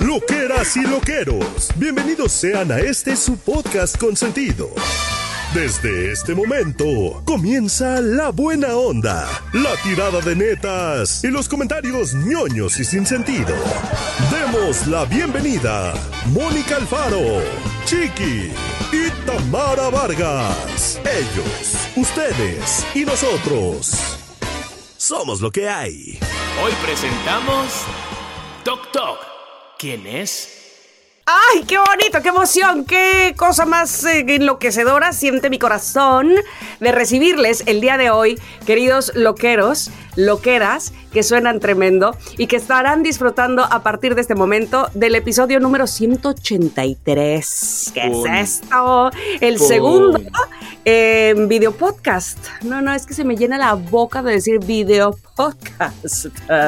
Loqueras y loqueros, bienvenidos sean a este su podcast consentido. Desde este momento comienza la buena onda, la tirada de netas y los comentarios ñoños y sin sentido. Demos la bienvenida Mónica Alfaro, Chiqui y Tamara Vargas. Ellos, ustedes y nosotros somos lo que hay. Hoy presentamos Toc Toc. ¿Quién es? ¡Ay, qué bonito, qué emoción, qué cosa más enloquecedora siente mi corazón de recibirles el día de hoy, queridos loqueros, loqueras, que suenan tremendo y que estarán disfrutando a partir de este momento del episodio número 183. ¿Qué es esto? El segundo video podcast. No, es que se me llena la boca de decir video podcast.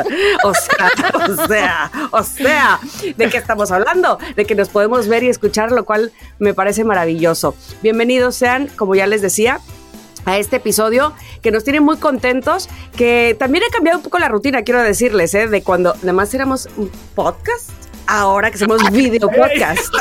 O sea, ¿de qué estamos hablando? De que nos podemos ver y escuchar, lo cual me parece maravilloso. Bienvenidos sean, como ya les decía, a este episodio que nos tiene muy contentos, que también ha cambiado un poco la rutina, quiero decirles, de cuando además éramos un podcast, ahora que somos video podcast.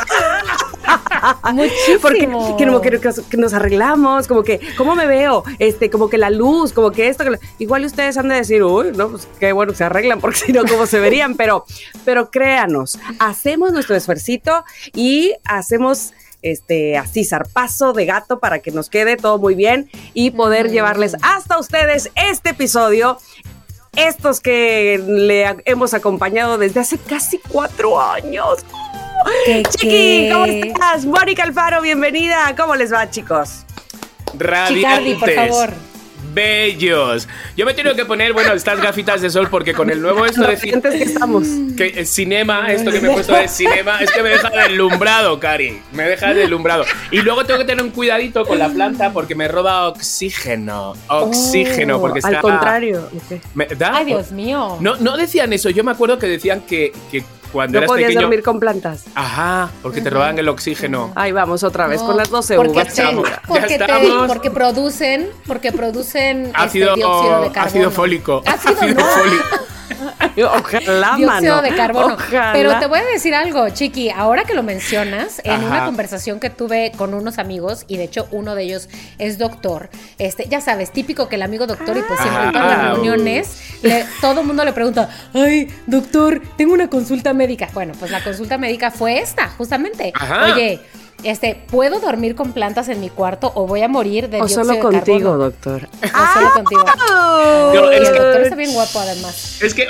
Muchísimo. Porque que nos arreglamos, como que, ¿cómo me veo? Como que la luz, como que esto, igual ustedes han de decir, uy, no, pues qué bueno que se arreglan, porque si no, ¿cómo se verían? Pero créanos, hacemos nuestro esfuercito y hacemos así zarpazo de gato para que nos quede todo muy bien y poder llevarles hasta ustedes este episodio. Estos que le hemos acompañado desde hace casi 4 años. Chiqui, ¿cómo estás? Mónica Alfaro, bienvenida. ¿Cómo les va, chicos? Radiantes. Chicardi, por favor. Bellos. Yo me tengo que poner, estas gafitas de sol porque con el nuevo esto de que estamos. Que el cinema, esto que me he puesto de cinema, es que me deja deslumbrado, Cari. Me deja deslumbrado. Y luego tengo que tener un cuidadito con la planta porque me roba oxígeno. Porque está... Al contrario. Ay, Dios mío. No decían eso. Yo me acuerdo que decían que cuando eras podías pequeño... dormir con plantas. Ajá, porque te robaban el oxígeno. Ahí vamos otra vez con las 12 uvas. Porque producen ácido dióxido de carbono. Ácido fólico. Fólico. Ojalá, dióxido de carbono. Ojalá. Pero te voy a decir algo, Chiqui, ahora que lo mencionas, en una conversación que tuve con unos amigos, y de hecho uno de ellos es doctor, ya sabes, típico que el amigo doctor, y pues siempre en todas las reuniones todo el mundo le pregunta, ay, doctor, tengo una consulta médica. Bueno, pues la consulta médica fue esta, justamente. Ajá. Oye, ¿puedo dormir con plantas en mi cuarto o voy a morir de dióxido de carbono? O solo contigo, doctor. O solo contigo. No, el doctor está bien guapo, además. Es que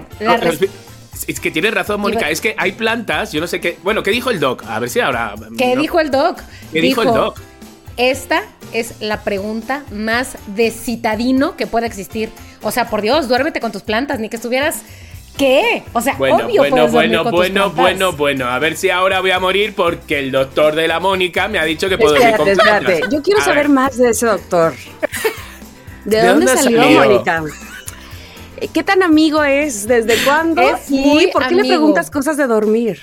es que tienes razón, Mónica. Es que hay plantas, yo no sé qué. Bueno, ¿qué dijo el doc? A ver si ahora. ¿Qué dijo el doc? ¿Qué dijo el doc? Esta es la pregunta más de citadino que pueda existir. O sea, por Dios, duérmete con tus plantas, ni que estuvieras. ¿Qué? O sea, obvio puedes dormir con tus plantas. Bueno, a ver si ahora voy a morir porque el doctor de la Mónica me ha dicho que puedo dormir con plantas. Espérate, yo quiero saber más de ese doctor. ¿De dónde salió, Mónica? ¿Qué tan amigo es? ¿Desde cuándo? ¿Y por qué le preguntas cosas de dormir?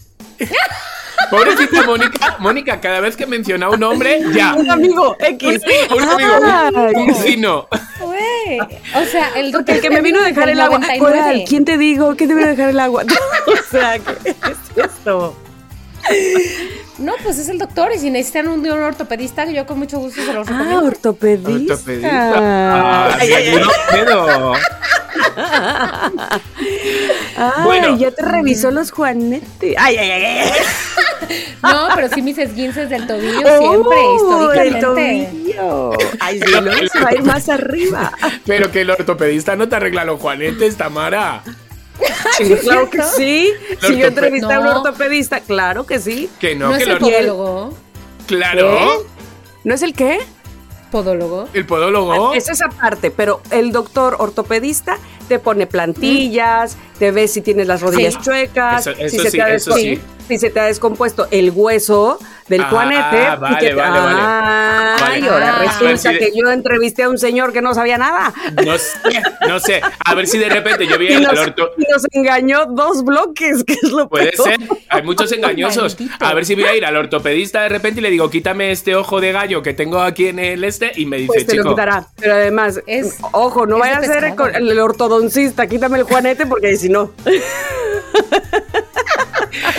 Pobrecita Mónica, cada vez que menciona un nombre, ya. Un amigo X. Un amigo, un vecino. O sea, el doctor. Porque el que me vino a dejar el agua. Coral, ¿quién te dijo? ¿Quién te vino a dejar el agua? O sea, ¿qué es esto? No, pues es el doctor, y si necesitan un ortopedista, yo con mucho gusto se los recomiendo. Ortopedista. Bueno, ya te revisó los juanetes. No, pero sí mis esguinces del tobillo siempre, históricamente. El tobillo. Ay, sí, no, se va a ir más arriba. Pero que el ortopedista no te arregla los juanetes, Tamara. Sí, claro que sí. Si yo entrevisté a un ortopedista, claro que sí. Que no, ¿No que es el podólogo? Claro. ¿No es el qué? ¿Podólogo? ¿El podólogo? Es esa parte, pero el doctor ortopedista te pone plantillas, te ve si tienes las rodillas chuecas, si se te ha descompuesto el hueso del juanete. Vale. Ay, ahora resulta que yo entrevisté a un señor que no sabía nada. No sé. A ver si de repente yo vi al ortopedista. Y nos engañó 2 bloques, que es lo Puede peor. ser. Hay muchos engañosos. A ver si voy a ir al ortopedista de repente y le digo, quítame este ojo de gallo que tengo aquí en el y me dice, pues te chico. lo quitará. Pero además, ojo, no vaya a ser el ortodoncista, quítame el juanete porque si no.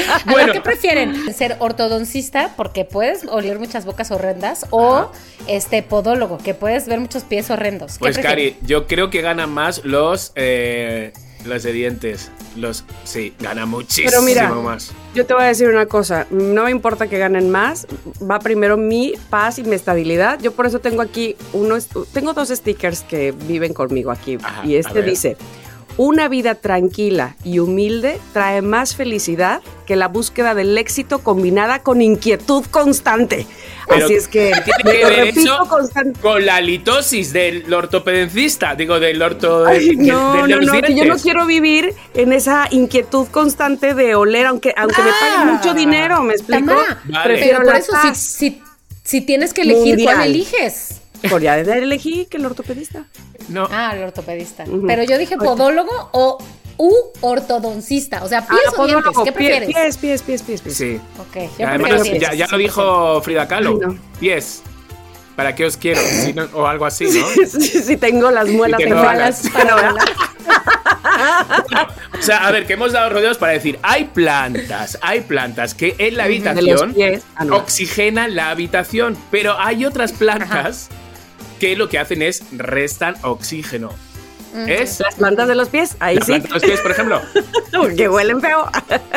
A ver, ¿qué prefieren? ¿Ser ortodoncista, porque puedes oler muchas bocas horrendas, o podólogo, que puedes ver muchos pies horrendos? Pues, Cari, yo creo que ganan más los de dientes. Sí, gana muchísimo Pero mira, más. Yo te voy a decir una cosa, no me importa que ganen más, va primero mi paz y mi estabilidad. Yo por eso tengo aquí tengo 2 stickers que viven conmigo aquí. Ajá, y dice: una vida tranquila y humilde trae más felicidad que la búsqueda del éxito combinada con inquietud constante. Pero así es que tiene que ver eso con la litosis del ortopedencista, del orto de los dientes. Que yo no quiero vivir en esa inquietud constante de oler, aunque me paguen mucho dinero, ¿me explico? Tamara, prefiero por la eso paz si tienes que elegir, mundial. ¿cuál eliges? Por ya elegí que el ortopedista. No. El ortopedista. Pero yo dije podólogo o ortodoncista, o sea, pies o dientes, ¿qué prefieres? Pies. Sí. Ok, yo Además, prefiero pies. ya lo dijo Frida Kahlo. Ay, no. Pies. ¿Para qué os quiero? O algo así, ¿no? Sí, tengo las muelas tengo malas. O sea, a ver, que hemos dado rodeos para decir, hay plantas que en la habitación oxigenan la habitación, pero hay otras plantas que lo que hacen es restan oxígeno. ¿Es? Las plantas de los pies, ahí sí. Las plantas de los pies, por ejemplo. Que huelen feo.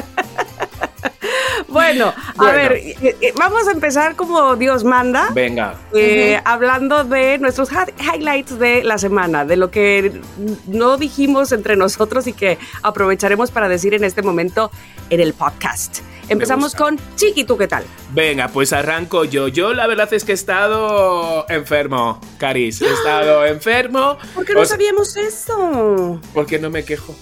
Bueno, a ver, vamos a empezar como Dios manda. Venga. Hablando de nuestros highlights de la semana, de lo que no dijimos entre nosotros y que aprovecharemos para decir en este momento en el podcast. Empezamos con Chiqui, ¿tú qué tal? Venga, pues arranco yo. Yo la verdad es que he estado enfermo, Caris. He estado enfermo. ¿Por qué no sabíamos eso? Porque no me quejo.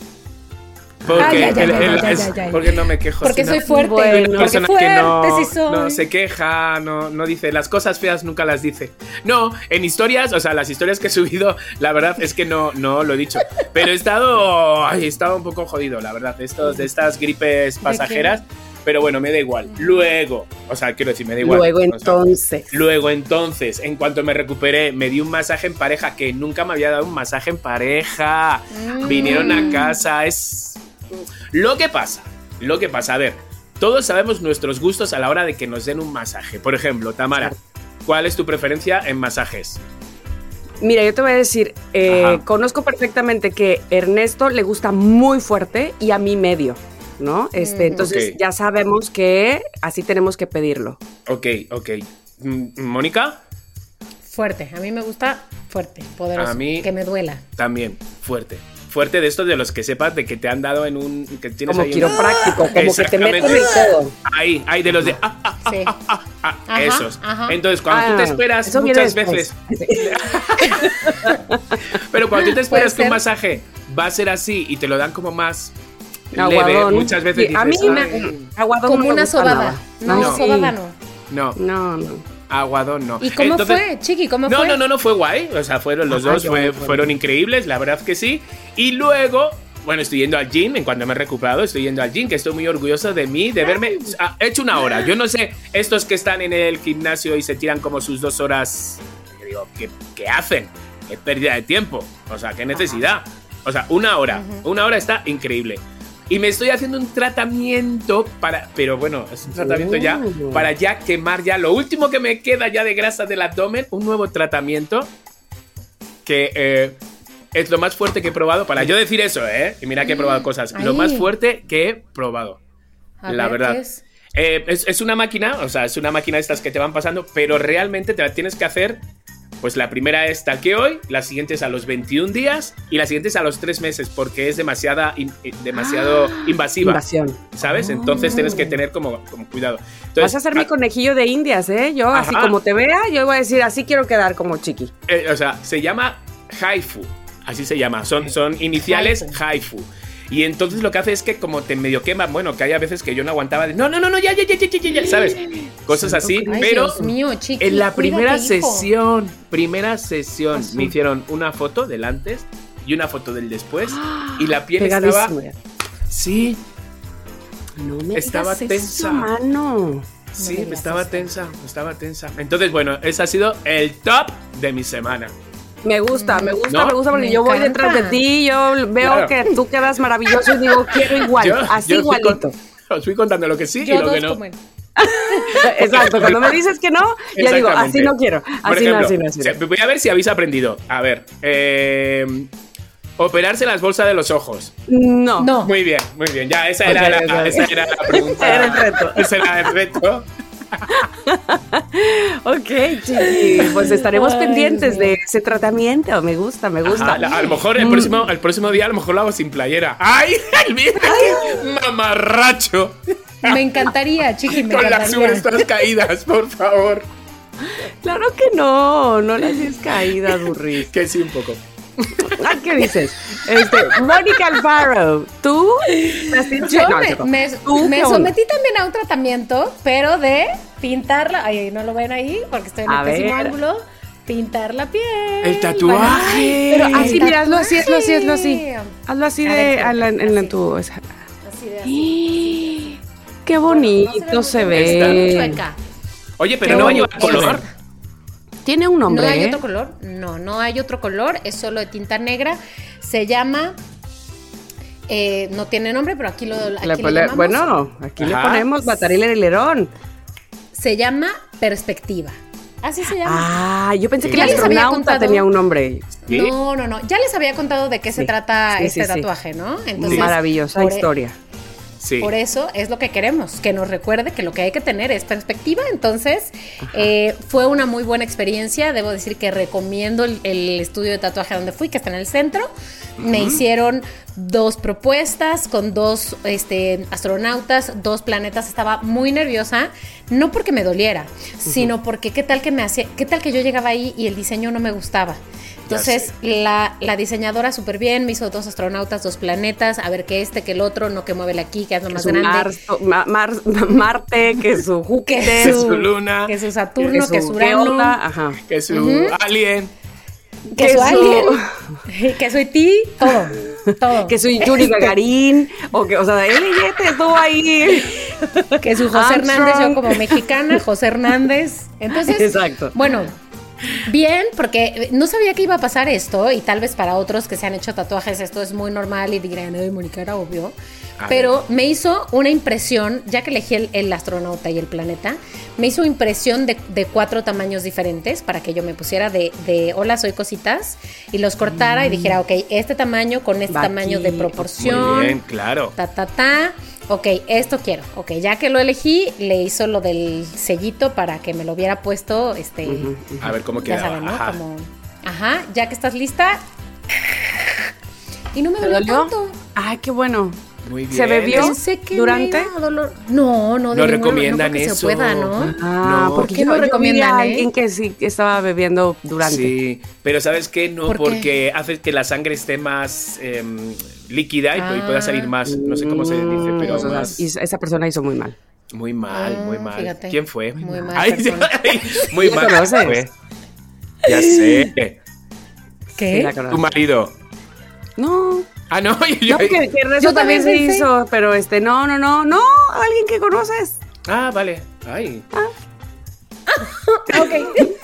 Porque no me quejo. Porque soy fuerte. Bueno, una persona porque fuerte que sí soy. no se queja, no dice las cosas feas, nunca las dice. No, en historias, o sea, las historias que he subido, la verdad es que no lo he dicho. Pero he estado un poco jodido, la verdad, de estas gripes pasajeras. Pero bueno, me da igual. Luego, o sea, quiero decir, me da igual. Luego entonces, en cuanto me recuperé, me di un masaje en pareja, que nunca me había dado un masaje en pareja. Vinieron a casa, Lo que pasa, a ver, todos sabemos nuestros gustos a la hora de que nos den un masaje. Por ejemplo, Tamara, ¿cuál es tu preferencia en masajes? Mira, yo te voy a decir, conozco perfectamente que Ernesto le gusta muy fuerte y a mí medio, ¿no? Entonces ya sabemos que así tenemos que pedirlo. Ok. ¿Mónica? Fuerte, a mí me gusta fuerte, poderoso, a mí que me duela. También, fuerte de estos de los que sepas de que te han dado en un... Que tienes como ahí quiropráctico, como que te meten el codo. Ahí, de los de... Sí. Esos. Entonces, cuando tú te esperas muchas veces... Pero cuando tú te esperas que un masaje va a ser así y te lo dan como más aguadón. Leve, muchas veces dices... A mí aguadón como no una sobada. No, sobada no. Aguadón no. ¿Y cómo fue, Chiqui? ¿Cómo fue? No, fue guay. O sea, fueron los dos, fueron increíbles, la verdad que sí. Y luego, bueno, estoy yendo al gym, en cuanto me he recuperado, estoy yendo al gym, que estoy muy orgulloso de mí, de verme. He hecho 1 hora. Yo no sé, estos que están en el gimnasio y se tiran como sus 2 horas, digo, ¿qué hacen? Es pérdida de tiempo. O sea, qué necesidad. O sea, 1 hora. 1 hora está increíble. Y me estoy haciendo un tratamiento pero bueno, es un tratamiento ya para ya quemar ya lo último que me queda ya de grasa del abdomen, un nuevo tratamiento que es lo más fuerte que he probado, para yo decir eso, y mira que he probado cosas, lo más fuerte que he probado, la verdad. ¿Qué es? Es una máquina, o sea, es una máquina de estas que te van pasando, pero realmente te la tienes que hacer. Pues la primera es tal que hoy, la siguiente es a los 21 días y la siguiente es a los 3 meses porque es demasiado invasiva. Invasión. ¿Sabes? Entonces tienes que tener como cuidado. Entonces, vas a ser mi conejillo de indias, ¿eh? Yo, así como te vea, yo voy a decir, así quiero quedar como Chiqui. O sea, se llama Haifu, así se llama, son iniciales Haifu. Y entonces lo que hace es que como te medio quema, bueno, que hay a veces que yo no aguantaba de no, ya, ¿sabes? Cosas así, ay, pero Dios mío, Chiqui, en la primera cuídate, sesión me hicieron una foto del antes y una foto del después y la piel estaba... Sí. No me estaba digas tensa. eso, mano. Sí, me estaba tensa. Entonces, bueno, ese ha sido el top de mi semana. Me gusta ¿No? porque yo voy detrás de ti, yo veo que tú quedas maravilloso y digo, quiero igual, igualito. Os fui contando lo que sí Yo y lo dos que no. comen. Exacto, cuando me dices que no, ya digo, así no quiero. Por Así ejemplo, no. voy a ver si habéis aprendido. A ver, operarse las bolsas de los ojos. No. Muy bien. Ya, esa era la pregunta. Era el reto. Ese era el reto. Ok, Chiqui, pues estaremos pendientes de ese tratamiento. Me gusta. Ajá, a lo mejor el próximo día a lo mejor lo hago sin playera. ¡Ay! ¡Mira qué mamarracho! Me encantaría, Chiqui, me Con encantaría. las uñas caídas, por favor. Claro que no las es caída, Burri. Que sí, un poco. ¿Qué dices? Mónica Alfaro, ¿tú? Yo me sometí también a un tratamiento, pero de pintarla. Ay, no lo ven ahí porque estoy en el pésimo ángulo. Pintar la piel. El tatuaje. Pero así, mira, hazlo así. Hazlo así en tu. Así de así. Qué bonito se ve. Oye, pero no va a llevar color. Tiene un nombre. ¿No hay otro color? No hay otro color. Es solo de tinta negra. Se llama... no tiene nombre, pero aquí le llamamos. Bueno, aquí le ponemos Bataril Lerón. Se llama Perspectiva. Así se llama. Yo pensé que el astronauta tenía un nombre. ¿Sí? No. Ya les había contado de qué se trata este tatuaje, ¿no? Entonces, maravillosa historia. Sí. Por eso es lo que queremos, que nos recuerde que lo que hay que tener es perspectiva. Entonces, fue una muy buena experiencia. Debo decir que recomiendo el estudio de tatuaje donde fui, que está en el centro. Me hicieron 2 propuestas con 2 astronautas, 2 planetas. Estaba muy nerviosa, no porque me doliera, sino porque qué tal que yo llegaba ahí y el diseño no me gustaba. Entonces, la diseñadora súper bien, me hizo 2 astronautas, 2 planetas, a ver que que el otro, no que muévele aquí, que hazlo más grande. Marte, que su Júpiter, que su Luna, que su Saturno, que su Urano, que su alien. Que su alien, que soy ti, todo. Que soy Yuri Gagarin, o sea, él estuvo ahí. Que su José Hernández, yo como mexicana, José Hernández. Entonces, exacto. Bueno, bien, porque no sabía que iba a pasar esto, y tal vez para otros que se han hecho tatuajes esto es muy normal y dirán, no, Mónica, era obvio. Pero me hizo una impresión, ya que elegí el astronauta y el planeta, me hizo impresión de 4 tamaños diferentes para que yo me pusiera de hola, soy cositas, y los cortara y dijera, ok, este tamaño con este tamaño de proporción. Muy bien, claro. Ok, esto quiero. Ok, ya que lo elegí, le hizo lo del sellito para que me lo hubiera puesto, A ver cómo queda. Ya saben, ¿no? Ya que estás lista. Y no me dolió tanto. Ay, qué bueno. Muy bien. ¿Se bebió durante? No recomiendan no eso. Se pueda, ¿no? No, porque ¿qué no recomiendan? A alguien que sí estaba bebiendo durante. Sí, pero ¿sabes qué? No, porque hace que la sangre esté más líquida y pueda salir más. No sé cómo se dice, pero más. Y esa persona hizo muy mal. Muy mal. Fíjate. ¿Quién fue? Muy mal. Muy mal. ¿Conoces? Fue. Ya sé. ¿Qué? Sí, ¿Tu marido? No. No, yo que eso también se hizo, pero no, alguien que conoces. Vale. Ay. Ok.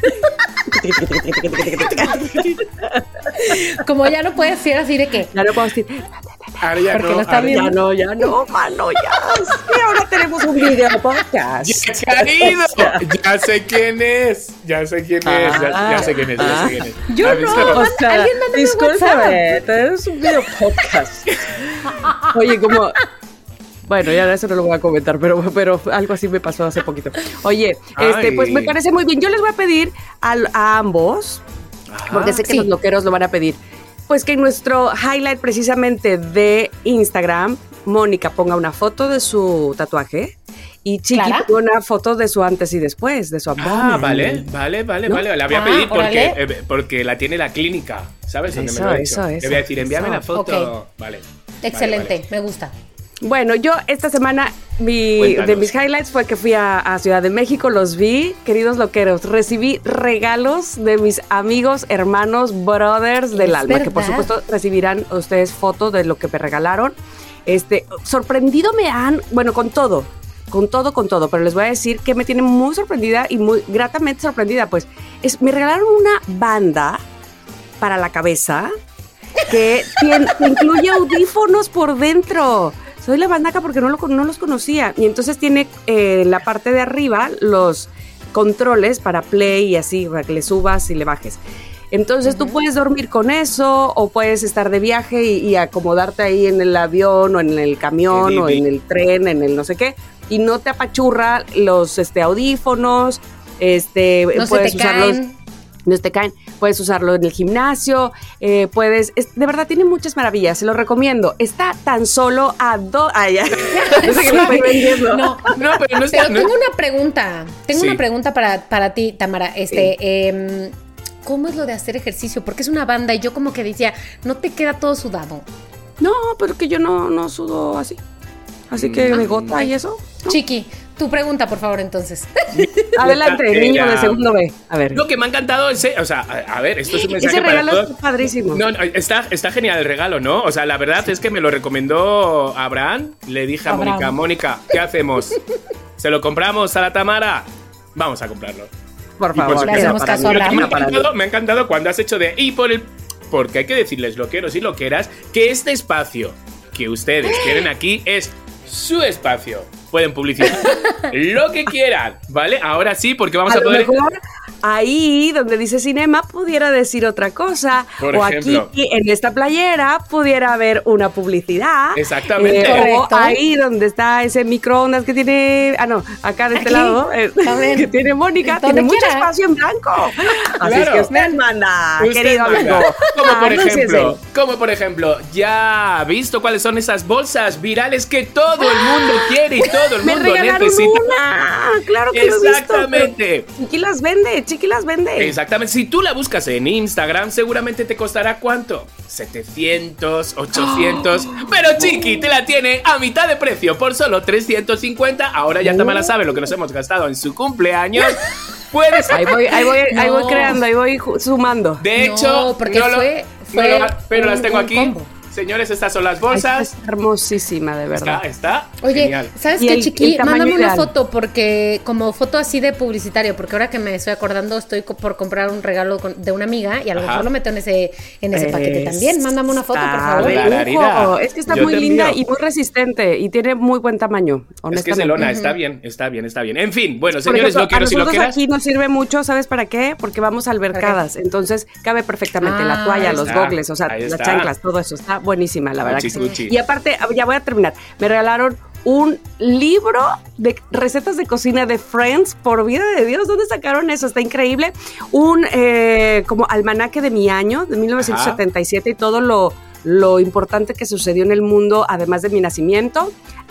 Como ya no puedes decir así de que. Ya no puedo decir. Ahora ya porque no. lo está viendo. Ya no, mano, ya. Sí, ahora tenemos un video podcast. Ya sé quién es. Ya sé quién es. Yo no. Alguien mándame discúlpame, tenemos un video podcast. Oye, como. Bueno, ya eso no lo voy a comentar, pero algo así me pasó hace poquito. Oye, pues me parece muy bien. Yo les voy a pedir a ambos, porque sé que los loqueros lo van a pedir, pues que en nuestro highlight precisamente de Instagram, Mónica ponga una foto de su tatuaje y Chiqui ponga una foto de su antes y después, de su abdomen. Vale. La voy a pedir porque la tiene la clínica, ¿sabes? Eso. Le voy a decir, envíame la foto. Okay. Vale. Excelente, me gusta. Bueno, yo esta semana de mis highlights fue que fui a Ciudad de México, los vi, queridos loqueros, recibí regalos de mis amigos, hermanos, brothers del alma, que por supuesto recibirán ustedes fotos de lo que me regalaron. Sorprendido me han, bueno, con todo, pero les voy a decir que me tiene muy sorprendida y muy gratamente sorprendida, pues me regalaron una banda para la cabeza que incluye audífonos por dentro. soy la más naca porque no los conocía. Y entonces tiene en la parte de arriba los controles para play y así, para que le subas y le bajes. Entonces tú puedes dormir con eso o puedes estar de viaje y acomodarte ahí en el avión o en el camión o en el tren, en el no sé qué, y no te apachurra los audífonos, no puedes usarlos. Caen. No te caen, puedes usarlo en el gimnasio, de verdad tiene muchas maravillas, se lo recomiendo. Está tan solo a ya. No sé qué me estoy vendiendo. No, pero no está. Pero tengo una pregunta. Una pregunta para ti, Tamara. ¿Cómo es lo de hacer ejercicio? Porque es una banda y yo como que decía, ¿no te queda todo sudado? No, pero que yo no sudo así. Así que de gota y eso. ¿no? Chiqui, tu pregunta, por favor, entonces. Adelante, niño de segundo B. A ver. Lo que me ha encantado a ver, esto es un mensaje ese regalo para todos. es padrísimo. No, está genial el regalo, ¿no? O sea, la verdad es que me lo recomendó Abraham. Le dije a Mónica, ¿qué hacemos? ¿Se lo compramos a la Tamara? Vamos a comprarlo. Por favor, le hacemos caso a Abraham. Me ha encantado cuando has hecho porque hay que decirles, loqueros y loqueras, que este espacio que ustedes tienen aquí es su espacio. Pueden publicitar lo que quieran, ¿vale? Ahora sí, porque vamos a poder... Mejor ahí donde dice cinema pudiera decir otra cosa. Por o ejemplo, aquí en esta playera pudiera haber una publicidad. Exactamente. O ahí donde está ese microondas que tiene... acá de este lado, que tiene Mónica, tiene mucho espacio en blanco. Así es que usted manda, querido amigo. Como por ejemplo, ¿ya ha visto cuáles son esas bolsas virales que todo el mundo quiere y todo el mundo necesita? Claro que lo he visto. Exactamente. Chiqui las vende. Exactamente. Si tú la buscas en Instagram, seguramente te costará ¿cuánto? 700, 800. Pero Chiqui te la tiene a mitad de precio por solo 350. Ahora ya Tamara sabe lo que nos hemos gastado en su cumpleaños. Puedes. Ahí voy creando, ahí voy sumando. De hecho, porque pero las tengo aquí. Combo. Señores, estas son las bolsas. Es hermosísima, de verdad. Está Oye, genial. ¿sabes qué, Chiqui? Mándame una foto, porque como foto así de publicitario, porque ahora que me estoy acordando, estoy por comprar un regalo de una amiga y a lo mejor lo meto en ese paquete también. Mándame una foto, por favor. Es que está muy linda y muy resistente y tiene muy buen tamaño, honestamente. Es que es de lona, está bien. En fin, bueno, señores, lo quiero si lo quieras. Aquí nos sirve mucho, ¿sabes para qué? Porque vamos a albercadas, entonces cabe perfectamente la toalla, los gogles, o sea, las chanclas, todo eso está buenísima, la verdad que sí. Y aparte, ya voy a terminar, me regalaron un libro de recetas de cocina de Friends, por vida de Dios, ¿dónde sacaron eso? Está increíble. Un como almanaque de mi año, de 1977, y todo lo importante que sucedió en el mundo, además de mi nacimiento.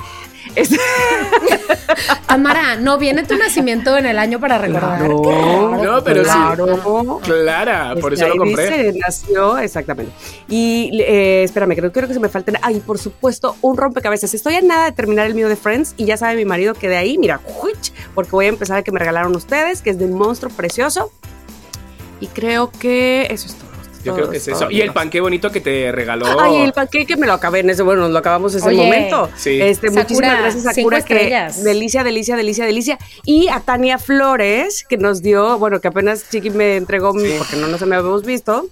Tamara, ¿no viene tu nacimiento en el año para recordar? No, pero claro. Sí. Clara, por eso lo compré. Dice, nació, exactamente. Y espérame, creo que se me falten. Ay, por supuesto, un rompecabezas. Estoy a nada de terminar el mío de Friends y ya sabe mi marido que de ahí, mira, porque voy a empezar a que me regalaron ustedes, que es de un monstruo precioso. Y creo que eso es todo. Yo creo que es eso. Y el panqué bonito que te regaló. Ay, el panqué que me lo acabé en ese, nos lo acabamos en ese momento. Sí. Muchísimas gracias, Sakura, que delicia. Y a Tania Flores, que nos dio, que apenas Chiqui me entregó, porque no nos habíamos visto,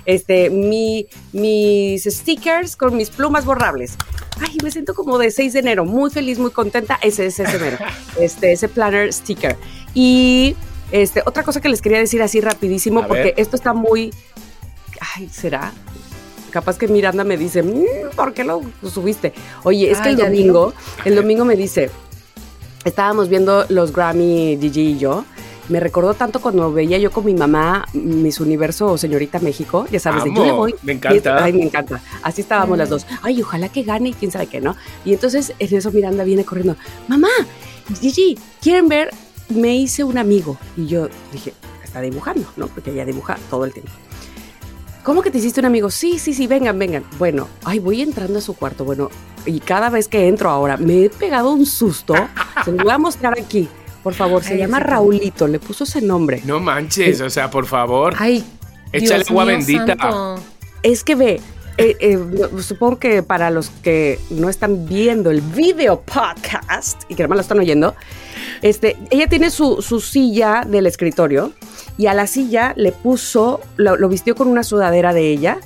mis stickers con mis plumas borrables. Ay, me siento como de 6 de enero, muy feliz, muy contenta. Ese mero, ese planner sticker. Y otra cosa que les quería decir así rapidísimo, porque esto está muy... Ay, ¿será? Capaz que Miranda me dice, ¿por qué lo subiste? Oye, es que el domingo me dice, estábamos viendo los Grammy, Gigi y yo, me recordó tanto cuando veía yo con mi mamá Miss Universo o Señorita México, ya sabes, de yo le voy. Me encanta. Ay, me encanta. Así estábamos las dos. Ay, ojalá que gane y quién sabe qué, ¿no? Y entonces en eso Miranda viene corriendo, mamá, Gigi, ¿quieren ver? Me hice un amigo. Y yo dije, está dibujando, ¿no? Porque ella dibuja todo el tiempo. ¿Cómo que te hiciste un amigo? Sí, vengan. Bueno, voy entrando a su cuarto, y cada vez que entro ahora, me he pegado un susto. Se lo voy a mostrar aquí, por favor. Se llama Raulito, le puso ese nombre. No manches, o sea, por favor. Ay, échale agua bendita. Santo. Es que ve, supongo que para los que no están viendo el video podcast y que además lo están oyendo, ella tiene su silla del escritorio y a la silla le puso, lo vistió con una sudadera de ella,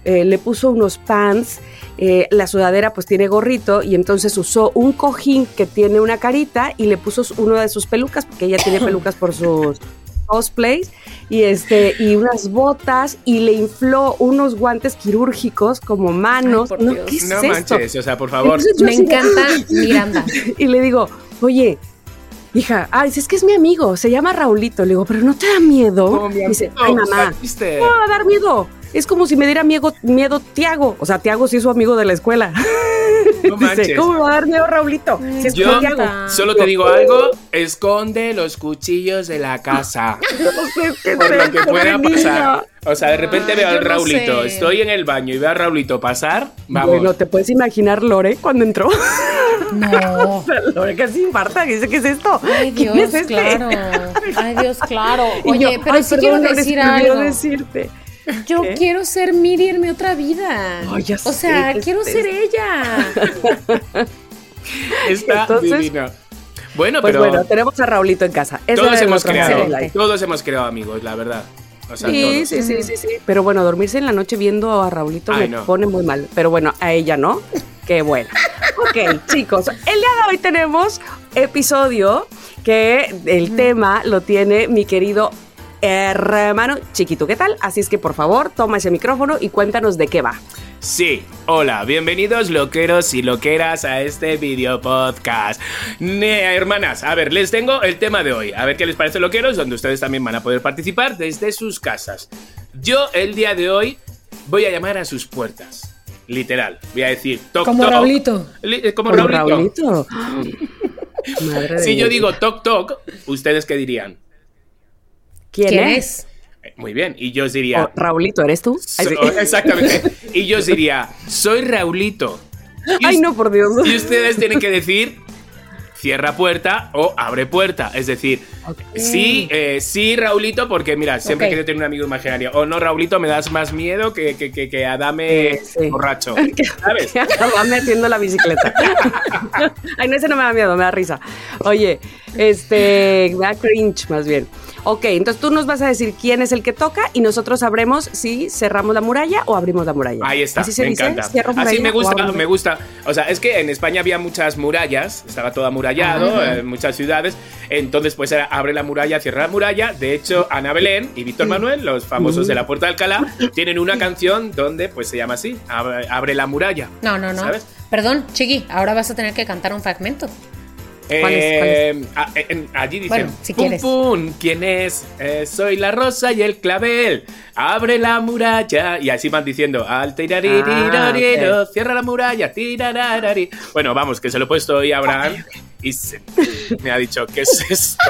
le puso unos pants, la sudadera pues tiene gorrito y entonces usó un cojín que tiene una carita y le puso una de sus pelucas, porque ella tiene pelucas por sus cosplays, y unas botas, y le infló unos guantes quirúrgicos como manos. Ay, no, ¿qué es No esto? manches, o sea, por favor. Me encanta Miranda. Y le digo, oye, hija, es que es mi amigo, se llama Raulito. Le digo, pero ¿no te da miedo? Oh, mi Y dice, amigo, ay, mamá, ¿viste? ¿cómo me va a dar miedo? Es como si me diera miedo Tiago. O sea, Tiago sí es su amigo de la escuela. No manches. Dice, ¿cómo me va a dar miedo Raulito? Si es Yo como Tiago. solo te digo algo, esconde los cuchillos de la casa. Por lo que pueda pasar. O sea, de repente veo al yo no Raulito, sé. estoy en el baño y veo a Raulito pasar, vamos. Bueno, ¿te puedes imaginar Lore cuando entró? No. Lore casi infarta, dice, ¿qué es esto? Ay, ¿Quién Dios, es este? claro. Ay, Dios, claro. Y Oye, yo, pero sí perdón, quiero Lore, decir se me olvidó algo. decirte. Yo ¿Qué? quiero ser Miri en mi otra vida. Ay, ya o sea, sé, quiero ser ella. Está Entonces, divino. Bueno, Pues pero bueno, tenemos a Raulito en casa. Esa todos era hemos nuestra creado, highlight. todos hemos creado amigos, la verdad. O sea, Sí, todos. sí. Pero bueno, dormirse en la noche viendo a Raulito Ay, me no. pone muy mal. Pero bueno, a ella no. Qué bueno. Ok, chicos, el día de hoy tenemos episodio que el tema lo tiene mi querido hermano Chiquito. ¿Qué tal? Así es que por favor, toma ese micrófono y cuéntanos de qué va. Sí, hola, bienvenidos loqueros y loqueras a este video podcast. Hermanas, a ver, les tengo el tema de hoy. A ver qué les parece loqueros, donde ustedes también van a poder participar desde sus casas. Yo el día de hoy voy a llamar a sus puertas. Literal, voy a decir toc Como toc. Raulito. Como Raulito. Madre de Si yo Dios. digo toc toc, ¿ustedes qué dirían? ¿Quién es? Muy bien, y yo os diría... Oh, Raulito, ¿eres tú? Ay, sí. Exactamente. Y yo os diría, soy Raulito. Y Ay, no, por Dios. Y ustedes tienen que decir, cierra puerta o abre puerta. Es decir, sí, Raulito, porque mira, siempre Ok. quiero tener un amigo imaginario. O no, Raulito, me das más miedo que Adame Sí. borracho. ¿Sabes? Va metiendo la bicicleta. Ay, no, ese no me da miedo, me da risa. Oye, me da cringe más bien. Ok, entonces tú nos vas a decir quién es el que toca y nosotros sabremos si cerramos la muralla o abrimos la muralla. Ahí está, ¿Así se me dice? encanta. ¿Cierro Así muralla me o gusta, abro? me gusta. O sea, es que en España había muchas murallas, estaba todo amurallado, en muchas ciudades. Entonces, pues era abre la muralla, cierra la muralla. De hecho, Ana Belén y Víctor Manuel, los famosos de la Puerta de Alcalá, tienen una canción donde pues se llama así, abre la muralla. No. ¿Sabes? Perdón, Chiqui, ahora vas a tener que cantar un fragmento. ¿Cuál es? Allí dicen, Bueno, si pum quieres. pum, ¿quién es? Soy la rosa y el clavel, abre la muralla. Y así van diciendo, al tirariririro, ok. cierra la muralla, tirararari. Bueno, vamos, que se lo he puesto hoy a Abraham y me ha dicho, ¿qué es esto?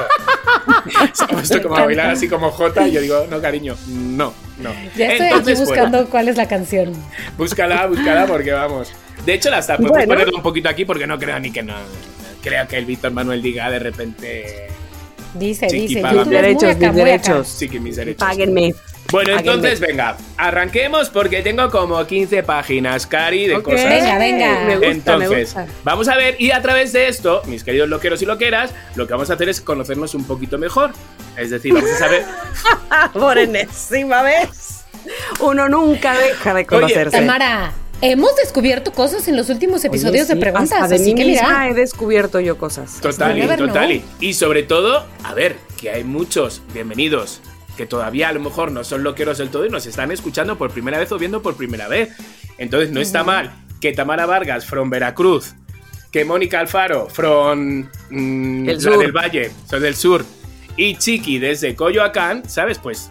Se ha puesto como a bailar así como Jota y yo digo, no, cariño, no. Ya estoy Entonces, aquí buscando cuál es la canción. Búscala porque vamos. De hecho, hasta podemos Bueno. ponerlo un poquito aquí porque no creo ni que no. Creo que el Víctor Manuel diga de repente. Dice, Chiqui, dice. págame. YouTube es muy Derechos, acá, mis muy acá. derechos. Sí, que mis derechos. Páguenme. Bueno, Páguenme. entonces, venga, arranquemos porque tengo como 15 páginas, Cari, de Ok. cosas. Venga. Me gusta, Entonces, me gusta. vamos a ver, y a través de esto, mis queridos loqueros y loqueras, lo que vamos a hacer es conocernos un poquito mejor. Es decir, vamos a saber. Por enésima vez. Uno nunca deja de conocerse. Tamara, hemos descubierto cosas en los últimos episodios Oye, sí, de preguntas, hasta de así mí que misma mira. he descubierto yo cosas. Total, Never know. total. Y sobre todo, a ver, que hay muchos bienvenidos que todavía a lo mejor no son loqueros del todo y nos están escuchando por primera vez o viendo por primera vez. Entonces no está mal que Tamara Vargas, from Veracruz, que Mónica Alfaro, from El la sur. del Valle, son del sur, y Chiqui desde Coyoacán, ¿sabes? Pues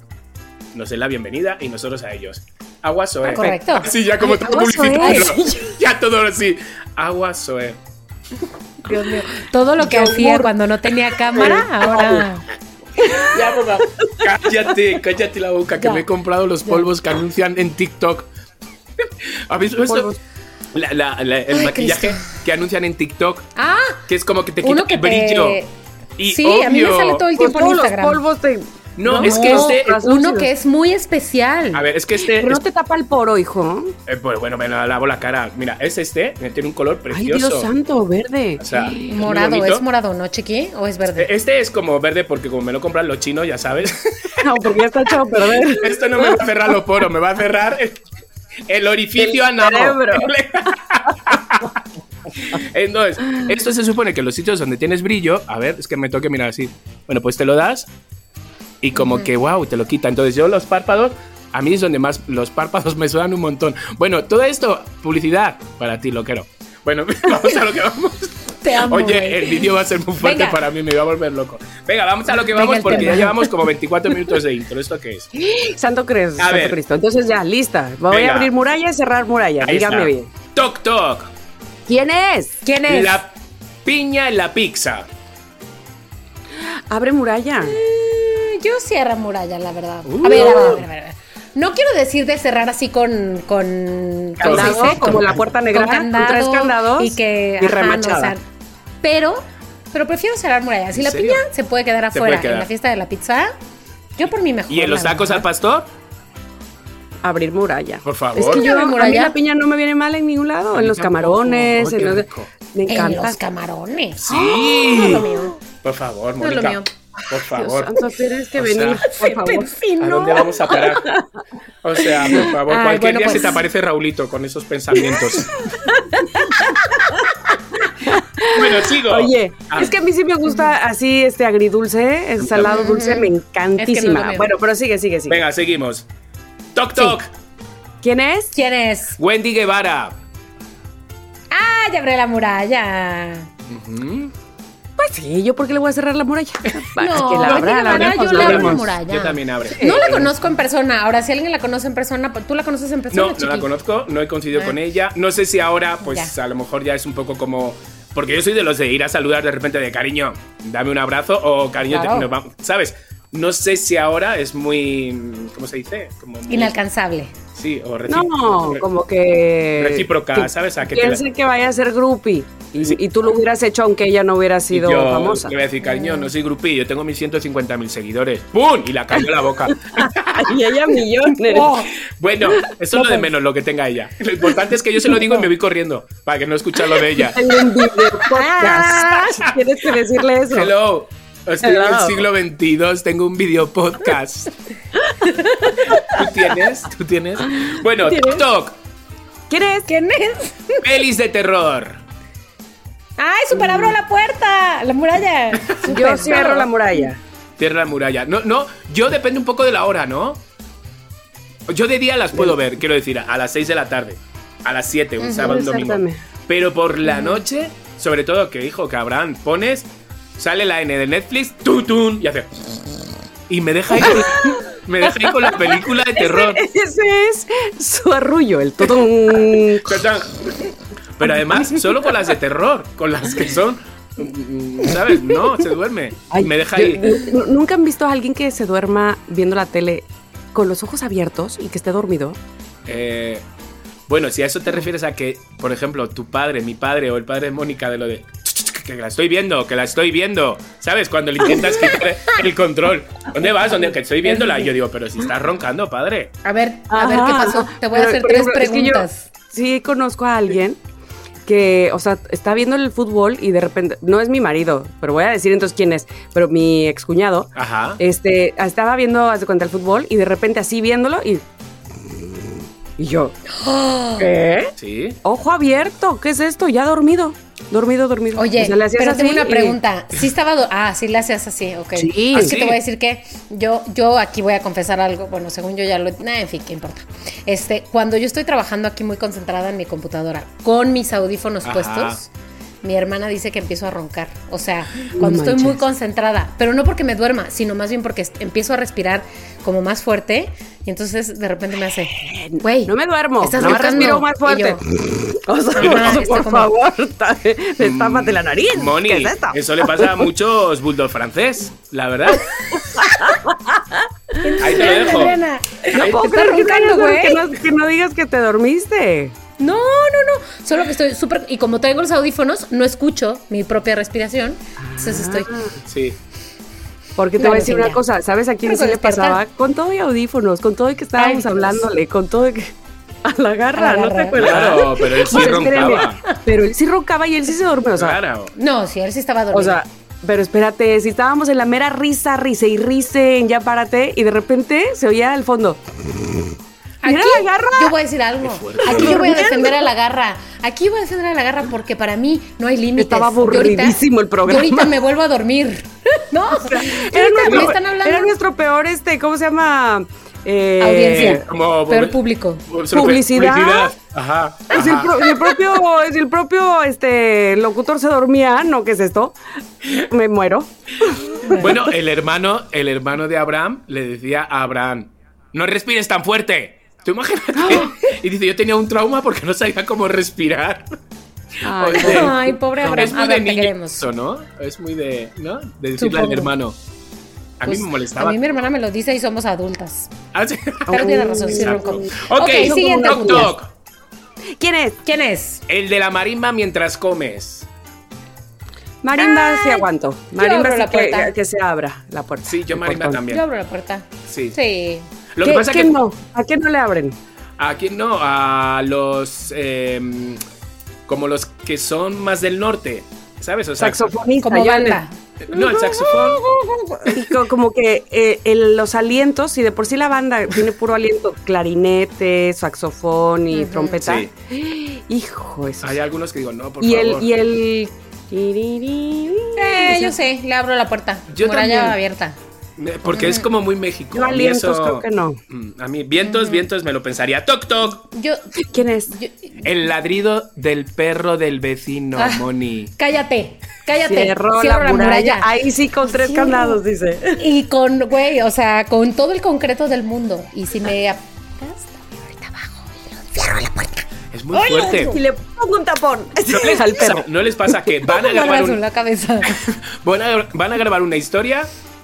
nos den la bienvenida y nosotros a ellos. Agua Soe. Correcto. Sí, ya como Ay, todo Agua Soe. publicitario. Ya todo así. Agua Soe. Dios mío. Todo lo que hacía cuando no tenía cámara, ahora. Ya, papá. Cállate la boca, que Ya. me he comprado los polvos que anuncian en TikTok. ¿Habéis visto Polvos. el Ay, maquillaje Cristo. que anuncian en TikTok? Ah, Que es como que te quita uno que el brillo. te... Y Sí, obvio, a mí me sale todo el Pues tiempo en todos los Instagram. polvos te... No, es que este. Uno que es muy especial. A ver, es que este. Pero no te tapa el poro, hijo. Pues bueno, me lavo la cara. Mira, es este. Tiene un color Ay, precioso. Dios santo, verde. O sea, muy Morado, bonito. ¿es morado, no, Chiqui? ¿O es verde? Este es como verde porque como me lo compran los chinos, ya sabes. No, porque ya está echado a perder. Esto no me va a cerrar los poros, me va a cerrar El orificio anal. Entonces, esto se supone que los sitios donde tienes brillo, a ver, es que me toque mirar así. Bueno, pues te lo das y como que, wow, te lo quita. Entonces yo los párpados, a mí es donde más los párpados me sudan un montón. Bueno, todo esto, publicidad para ti, loquero. Bueno, vamos a lo que vamos. Te amo. Oye, el vídeo va a ser muy fuerte para mí, me va a volver loco. Venga, vamos a lo que vamos porque ya llevamos como 24 minutos de intro. ¿Esto qué es? Santo Cristo. Entonces ya, lista. Voy a abrir muralla y cerrar muralla. Dígame bien. Toc, toc. ¿Quién es? La piña en la pizza. Abre muralla. Yo cierro muralla, la verdad. A ver. No quiero decir de cerrar así con candado, como la puerta negra, con 3 candados y remachada. Pero prefiero cerrar muralla. Si la piña se puede quedar afuera en la fiesta de la pizza, yo por mí mejor. ¿Y en los tacos al pastor? Abrir muralla. Por favor. Es que a mí la piña no me viene mal en ningún lado. En los camarones. Me encanta. En los camarones. Sí. No es lo mío. Por favor, Mónica. No es lo mío. Por favor. Dios santo, tienes que venir, por favor. ¿A dónde vamos a parar? O sea, por favor, cualquier día se te aparece Raulito con esos pensamientos. Bueno, sigo. Oye, es que a mí sí me gusta así agridulce, el salado dulce, me encantísima. Es que no, bueno, pero sigue. Venga, seguimos. Toc, toc. Sí. ¿Quién es? Wendy Guevara. Ah, ya abre la muralla. Pues sí, ¿yo por qué le voy a cerrar la muralla? No, que la abra, yo le abro la muralla. Yo también abre. No la conozco en persona. Ahora, si alguien la conoce en persona, ¿tú la conoces en persona? No la conozco, no he coincidido con ella. No sé si ahora, pues a lo mejor ya es un poco como... Porque yo soy de los de ir a saludar de repente de cariño, dame un abrazo o cariño, claro. ¿Sabes? No sé si ahora es muy... ¿Cómo se dice? Como muy... Inalcanzable. Sí, o como que... Recíproca, ¿sabes? A que piense que vaya a ser groupie. Y tú lo hubieras hecho aunque ella no hubiera sido famosa. Le voy a decir, cariño, no soy groupie, yo tengo mis 150.000 seguidores. ¡Pum! Y la cayó en la boca. Y ella millones. Bueno, eso es lo de menos, lo que tenga ella. Lo importante es que yo se lo digo y me voy corriendo para que no escuche lo de ella. Tengo un video podcast. Tienes que decirle eso. Hello. Estoy en el siglo XXII, tengo un video podcast. ¿Tú tienes? Bueno, TikTok. ¿Quién es? Pelis de terror. ¡Ay, super abro la puerta! La muralla. Yo cierro la muralla. Cierra la muralla. No, yo depende un poco de la hora, ¿no? Yo de día las puedo ver, quiero decir, a las 6 de la tarde, a las 7, un sábado, un domingo. Pero por la noche, sobre todo que, hijo, cabrón, pones... Sale la N de Netflix, tutun, y hace... Y me deja ahí con la película de terror. Ese es su arrullo, el tutun. Pero además, solo con las de terror, con las que son... ¿Sabes? No, se duerme. Ay, me deja ahí. ¿Nunca han visto a alguien que se duerma viendo la tele con los ojos abiertos y que esté dormido? Bueno, si a eso te refieres a que, por ejemplo, tu padre, mi padre o el padre de Mónica, de lo de... Que la estoy viendo, ¿sabes? Cuando le intentas quitar el control. ¿Dónde vas? Que estoy viéndola. Y yo digo, pero si estás roncando, padre. A ver qué pasó. Te voy a hacer 3 preguntas. Es que yo sí conozco a alguien que, o sea, está viendo el fútbol y de repente, no es mi marido, pero voy a decir entonces quién es, pero mi excuñado, estaba viendo, haz de cuenta, el fútbol y de repente así viéndolo y yo, ¿qué? Sí. Ojo abierto, ¿qué es esto? Ya dormido. Oye, o sea, pero tengo una pregunta. ¿Sí estaba sí le hacías así, ok. Sí. Es que te voy a decir que yo aquí voy a confesar algo. Bueno, según yo ya lo... en fin, ¿qué importa? Cuando yo estoy trabajando aquí muy concentrada en mi computadora con mis audífonos puestos, mi hermana dice que empiezo a roncar. O sea, cuando estoy muy concentrada, pero no porque me duerma, sino más bien porque empiezo a respirar como más fuerte y entonces de repente me hace, güey, no me duermo, no respiro más fuerte. O sea, por favor, destápate la nariz. Moni, ¿qué es esto? Eso le pasa a muchos bulldog francés, la verdad. Ahí te lo dejo. No puedo creer que no digas que te dormiste. No. Solo que estoy súper... Y como tengo los audífonos, no escucho mi propia respiración. Entonces estoy... Sí. Porque te voy a decir una cosa. ¿Sabes a quién se le pasaba? Con todo y audífonos, con todo y que estábamos hablándole, con todo y que... A la garra, ¿no te acuerdas? Claro, pero él sí roncaba. Pero él sí roncaba y él sí se dormía, o sea... Claro. No, sí, él sí estaba dormido. O sea... Pero espérate, si estábamos en la mera risa en ya párate, y de repente se oía al fondo... Aquí Mira la garra. yo voy a decir algo. Aquí yo voy a defender a la garra. Aquí voy a defender a la garra porque para mí no hay límites. Estaba aburridísimo el programa. Yo ahorita me vuelvo a dormir. No, me están hablando. Era nuestro peor, ¿cómo se llama? Audiencia. Peor público. Publicidad. Ajá. Si el propio locutor se dormía, ¿no? ¿Qué es esto? Me muero. Bueno, el hermano de Abraham le decía a Abraham, no respires tan fuerte. ¿Tú imagínate? Y dice, yo tenía un trauma porque no sabía cómo respirar. Ay, pobre Abraham. Es muy de niño eso, ¿no? Es muy de, ¿no? De decirle al hermano. A mí me molestaba. A mí mi hermana me lo dice y somos adultas. Ah, sí. Pero tiene razón, sí, ronco. Ok, siguiente. Toc. ¿Quién es? El de la marimba mientras comes. Marimba sí aguanto. Marimba abro sí la que se abra la puerta. Sí, yo marimba también. Yo abro la puerta. Sí. Sí. Lo que pasa es que no? ¿A qué no le abren? ¿A quién no? A los como los que son más del norte, ¿sabes? O sea, saxofonista. Como banda. No, el saxofón. Y como que los alientos, si de por sí la banda tiene puro aliento, clarinete, saxofón y trompeta. Sí. Hijo, eso. Hay algunos que digo, no, por favor. Y el yo sé, le abro la puerta. Yo Muralla también. abierta. Porque es como muy México. Yo A mí alientos eso- creo que no. A mí, vientos me lo pensaría. Toc. ¿Quién es? El ladrido del perro del vecino, Ah. Moni. Cállate. Cierro la muralla. Ahí sí, con 3 candados, dice. Y con, güey, o sea, con todo el concreto del mundo. Y si me apagas, ahorita abajo y lo cierro la puerta. Es muy fuerte. Y le pongo un tapón al perro. ¿No les pasa que van a grabar en la cabeza. van a grabar una historia?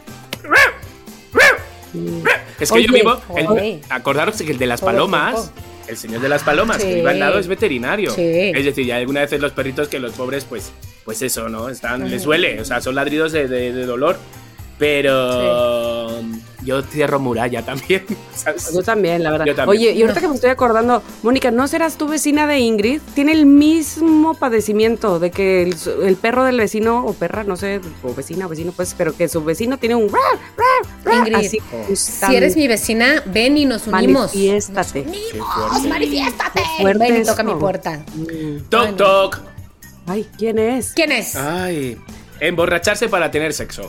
Es que Oye, yo vivo. oye. Acordaros que el de las Todo el palomas. tiempo. El señor de las palomas, Sí. que vive al lado, es veterinario. Sí. Es decir, ya alguna vez los perritos que los pobres, pues eso, ¿no? Les duele. O sea, son ladridos de dolor. Pero yo cierro muralla también. ¿Sabes? Yo también, la verdad. Yo también. Oye, y ahorita que me estoy acordando, Mónica, ¿no serás tú vecina de Ingrid? Tiene el mismo padecimiento de que el perro del vecino, o perra, no sé, o vecina, vecino, pues, pero que su vecino tiene un... Ingrid, así, si eres mi vecina, ven y nos unimos. Manifiéstate. ¡Manifiéstate! fuerte Ven y eso. toca mi puerta. Toc. Ay, ¿quién es? ¿Quién es? Ay, emborracharse para tener sexo.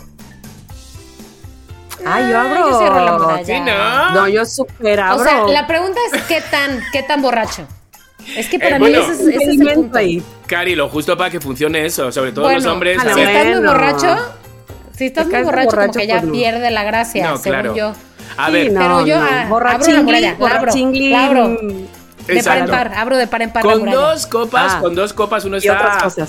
Ay, yo abro. Yo cierro la muralla. ¿Sí, no? No, yo super abro. O sea, la pregunta es ¿qué tan borracho? Es que para mí bueno, ese es el Impedimento punto. ahí. Cari, lo justo para que funcione eso, sobre todo Bueno, los hombres. a a Si la ver, estás muy Bueno. borracho, como borracho, que ya pues no. pierde la gracia, No, según claro. yo. A Sí, ver, no, Pero yo no. abro la muralla, la abro. De par en Exacto. par, abro de par en par la con muralla. dos copas uno Y otras está. cosas.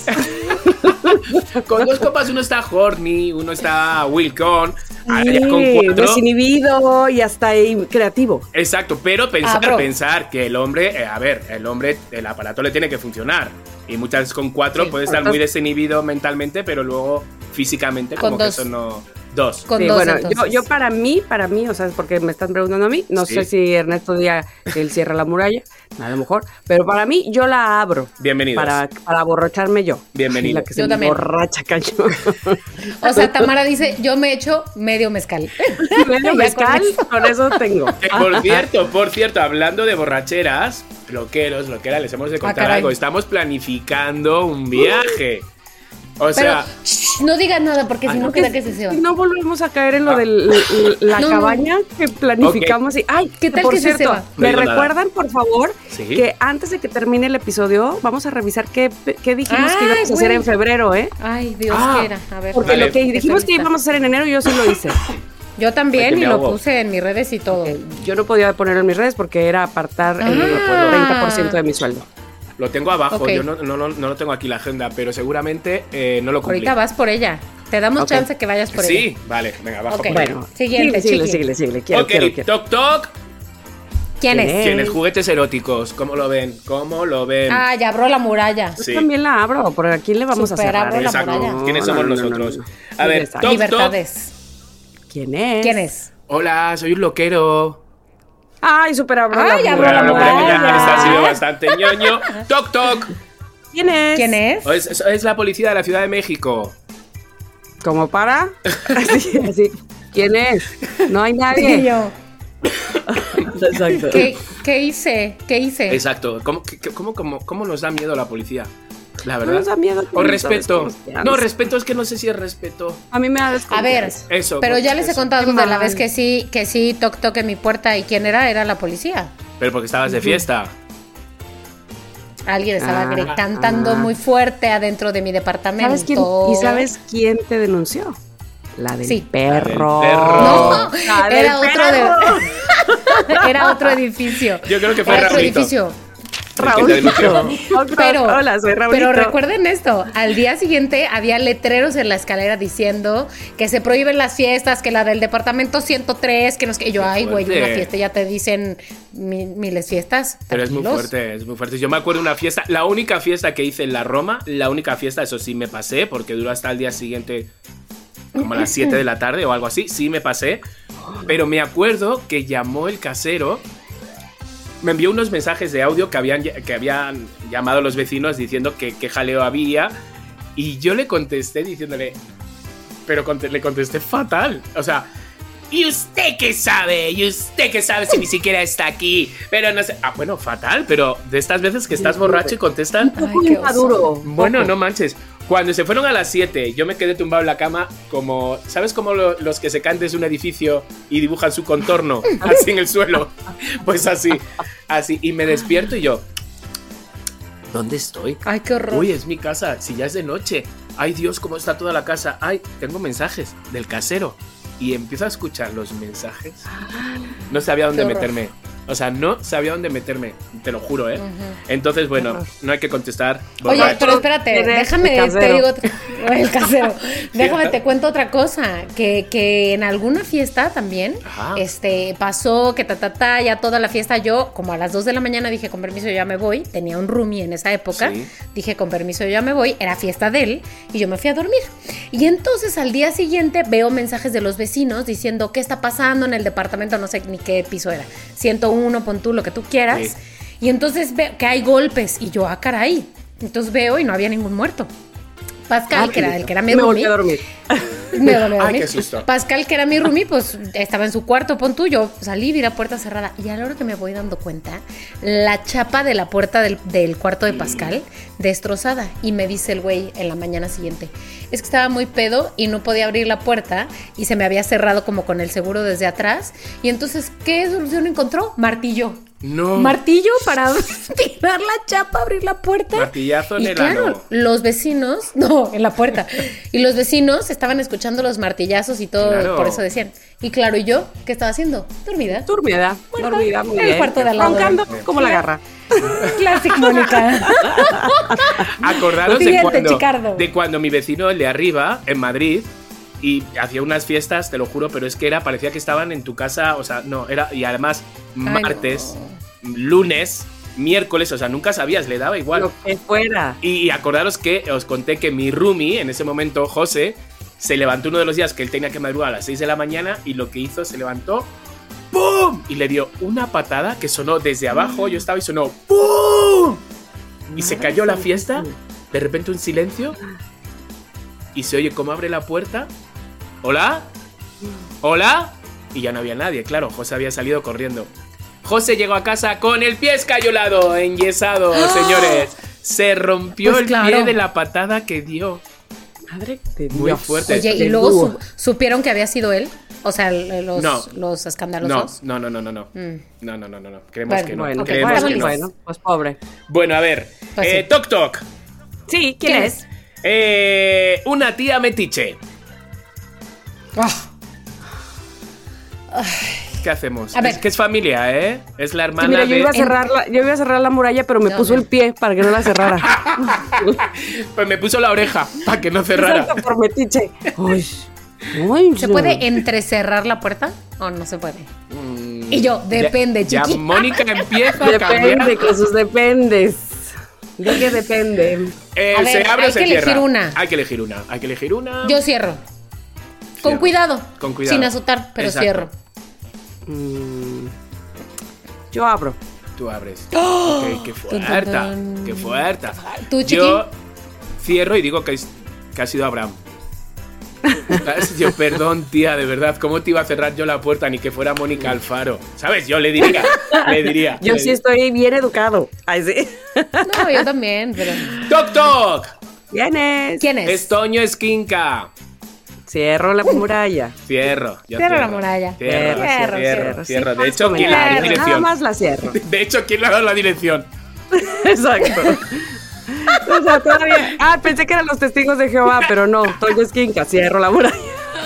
Con 2 copas uno está horny, uno está wilcon. Ahora ya Sí, con 4. desinhibido y hasta ahí creativo. Exacto, pero Abro. pensar que el hombre, el aparato le tiene que funcionar. Y muchas veces con 4 Sí. puede estar muy desinhibido mentalmente, pero luego físicamente Con como que 2. eso no. 2. Con Sí, 2, bueno, entonces. yo para mí, o sea, es porque me están preguntando a mí, no Sí. sé si Ernesto diga que él cierra la muralla, a lo mejor, pero para mí yo la abro. Bienvenidos. Para borracharme yo. Bienvenido. La que se Yo me también. borracha cañón. O sea, Tamara dice, yo me echo medio mezcal. Medio Ya mezcal, con eso. con eso tengo. Por cierto, hablando de borracheras, loqueras, les hemos de contar caray. algo. Estamos planificando un viaje. O Pero sea, no digas nada porque si no queda que se va. Si no volvemos a caer en lo de la No, cabaña que planificamos. Y, ay, ¿Qué tal por que se cierto, va? No ¿me digo nada. recuerdan, por favor, Sí. que antes de que termine el episodio vamos a revisar qué dijimos que Ay, íbamos a hacer güey. en febrero, ¿eh? Ay, Dios quiera. A ver. Porque Vale. lo que dijimos que Estoy íbamos a hacer en enero yo sí lo hice. Yo también Ay, que y me lo ahogo. puse en mis redes y todo. Yo no podía ponerlo en mis redes porque era apartar el Ah. 30% de mi sueldo. lo tengo abajo. Ok. Yo no lo tengo aquí la agenda, pero seguramente no lo cumplí. Ahorita vas por ella. Te damos Ok. chance que vayas por ella. Sí, vale, venga, abajo. Ok. por Bueno, ahí. Siguiente, síguele. chiqui. Quiero, Ok, quiero. toc toc. ¿Quién es? Tienes juguetes eróticos. ¿Cómo lo ven? Ah, ya abrió la muralla. Yo Sí. también la abro, ¿por a quién le vamos Super a cerrar? abro la Exacto. muralla. ¿Quiénes somos nosotros? A ver, Exacto. toc toc. Libertades. ¿Quién es? ¿Quién es? Hola, soy un loquero. Ay, super abro Ay, la abro la muralla. muralla. Esta ha sido bastante ñoño. Toc toc. ¿Quién es? ¿Quién es? Es la policía de la Ciudad de México. ¿Cómo para? Así. ¿Quién es? No hay Y nadie. yo. Exacto. ¿Qué hice? Exacto. ¿Cómo nos da miedo la policía? La verdad. No nos da miedo. O respeto. No, respeto es que no sé si es respeto. A mí me da A ver, eso. pero ya les he contado Qué de la mal. vez que sí, toc en mi puerta. ¿Y quién era? Era la policía. Pero porque estabas de fiesta. Alguien estaba cantando muy fuerte adentro de mi departamento. ¿Sabes quién? ¿Y sabes quién te denunció? La del Sí. perro. La del perro. No, La del era otro perro. era otro edificio. Yo creo que fue Era otro Raulito. edificio. Raulito. Hola, soy Raulito. Pero recuerden esto, al día siguiente había letreros en la escalera diciendo que se prohíben las fiestas, que la del departamento 103, que nos... Y yo, ay, güey, fuerte. una fiesta ya te dicen miles fiestas. Pero es muy tranquilos. fuerte, es muy fuerte. Yo me acuerdo de una fiesta, la única fiesta que hice en la Roma, la única fiesta, eso sí me pasé, porque duró hasta el día siguiente, como a las 7 de la tarde o algo así, sí me pasé. Pero me acuerdo que llamó el casero, me envió unos mensajes de audio que habían llamado los vecinos diciendo que jaleo había, y yo le contesté diciéndole, pero le contesté fatal, o sea... ¿Y usted qué sabe? ¿Y usted qué sabe si ni siquiera está aquí? Pero no sé... Ah, bueno, fatal, pero de estas veces que estás borracho y contestan... Un poco inmaduro. Bueno, no manches. Cuando se fueron a las 7, yo me quedé tumbado en la cama como... ¿Sabes cómo los que se caen desde un edificio y dibujan su contorno así en el suelo? Pues así. Y me despierto y yo... ¿Dónde estoy? Ay, qué horror. Uy, es mi casa, si ya es de noche. Ay, Dios, cómo está toda la casa. Ay, tengo mensajes del casero. Y empiezo a escuchar los mensajes. No sabía dónde meterme. O sea, no sabía dónde meterme. Te lo juro, ¿eh? Entonces, bueno, no hay que contestar. Oye, borracho. pero espérate, déjame, te digo, el casero. Déjame, Sí. te cuento otra cosa, que en alguna fiesta también, Ajá. pasó que ya toda la fiesta, yo como a las 2 de la mañana dije, con permiso, yo ya me voy, tenía un roomie en esa época, Sí. dije, con permiso, yo ya me voy, era fiesta de él, y yo me fui a dormir. Y entonces al día siguiente veo mensajes de los vecinos diciendo, ¿qué está pasando en el departamento? No sé ni qué piso era, 101, pon tú, lo que tú quieras. Sí. Y entonces veo que hay golpes y yo, caray. Entonces veo y no había ningún muerto. Pascal, que era el que era mi Me volví roomie. a dormir. Me volví a Ay, dormir. qué susto. Pascal, que era mi roomie, pues estaba en su cuarto, pon tú, yo salí, vi la puerta cerrada. Y a la hora que me voy dando cuenta, la chapa de la puerta del cuarto de Pascal destrozada. Y me dice el güey en la mañana siguiente, es que estaba muy pedo y no podía abrir la puerta y se me había cerrado como con el seguro desde atrás. Y entonces, ¿qué solución encontró? Martillo. No. Martillo para tirar la chapa, abrir la puerta. Martillazo en y el claro, ano. los vecinos, no, en la puerta. Y los vecinos estaban escuchando los martillazos y todo, Claro. por eso decían. Y claro, ¿y yo qué estaba haciendo? Dormida. Dormida, muy en el bien. cuarto de al lado. Roncando como la garra. Classic, Mónica. Acordaros Siguiente, Chicardo. de cuando mi vecino, el de arriba, en Madrid, y hacía unas fiestas, te lo juro, pero es que parecía que estaban en tu casa, o sea, no, era, y además martes, lunes, miércoles, o sea, nunca sabías, le daba igual. Lo que fuera. Y acordaros que os conté que mi roomie, en ese momento, José, se levantó uno de los días que él tenía que madrugar a las 6 de la mañana y lo que hizo, se levantó, ¡pum! Y le dio una patada que sonó desde abajo, yo estaba y sonó, ¡pum! Y se cayó la fiesta, de repente un silencio, y se oye cómo abre la puerta, ¿hola? ¿Hola? Y ya no había nadie, claro, José había salido corriendo. José llegó a casa con el pie escayolado, enyesado, señores. Se rompió Pues el claro. pie de la patada que dio. Madre de Muy Dios. fuerte. Oye, y Qué luego duro. supieron que había sido él. O sea, No. los No, escandalosos. no. No. Creemos Bueno, que no. Bueno, Creemos bueno, que no. bueno, pues pobre. Bueno, a ver. Pues sí. Toc Toc. Sí, ¿quién ¿Quién es? Una tía metiche. ¿Qué hacemos? A ver. Es que es familia, ¿eh? Es la Sí, hermana mira, yo de... iba a cerrar la muralla, pero me No, puso no. el pie para que no la cerrara. Pues me puso la oreja para que no cerrara. Exacto, por metiche. Uy. Uy, ¿Se no. puede entrecerrar la puerta o no se puede? Y yo, depende, ya chiqui. Mónica empieza a cambiar. Depende, con sus dependes. Dije depende. A ver, ¿Se abre hay o se que cierra? elegir una. Hay que elegir una. Hay que elegir una. Yo cierro. Con Cierro. cuidado. Con cuidado. Sin azotar, pero Exacto. cierro. Yo abro. Tú abres. ¡Oh! Ok, qué Tun, tun, fuerte. tun. Qué fuerte. ¿Tú, chiqui? Yo cierro y digo que ha sido Abraham. Yo, perdón, tía, de verdad, ¿cómo te iba a cerrar yo la puerta ni que fuera Mónica Alfaro? ¿Sabes? Yo le diría. Yo sí estoy bien educado. Ay, sí. No, yo también, pero... ¡Toc, toc! ¿Quién es? Es Toño Esquinca. Cierro la muralla. Cierro. Cierro la muralla. Cierro. De hecho, Sí, ¿quién le ha dado la dirección? Nada más la cierro. De hecho, ¿quién le ha dado la dirección? Exacto. O sea, todavía... pensé que eran los testigos de Jehová, pero no. Toño Esquinca, cierro la muralla.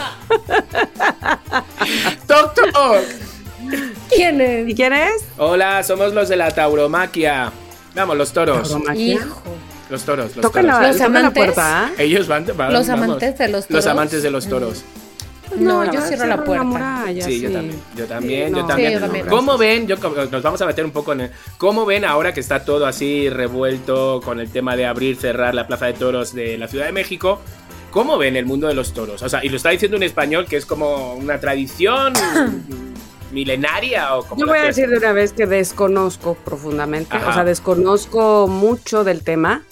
¡Toc, toc! ¿Quién es? ¿Y quién es? Hola, somos los de la tauromaquia. Vamos, los toros. ¿Tauromaquia? Hijo. Los toros. Tocan la puerta. Ellos van. Los amantes de los toros. Los amantes de los toros. No, yo cierro la puerta. Muralla, Sí, yo también. Sí, yo también. ¿Cómo ven? Nos vamos a meter un poco en ¿Cómo ven ahora que está todo así revuelto con el tema de abrir, cerrar la plaza de toros de la Ciudad de México? ¿Cómo ven el mundo de los toros? O sea, y lo está diciendo un español que es como una tradición milenaria o como... Yo voy a decir de una vez que desconozco profundamente. Ajá. O sea, desconozco mucho del tema.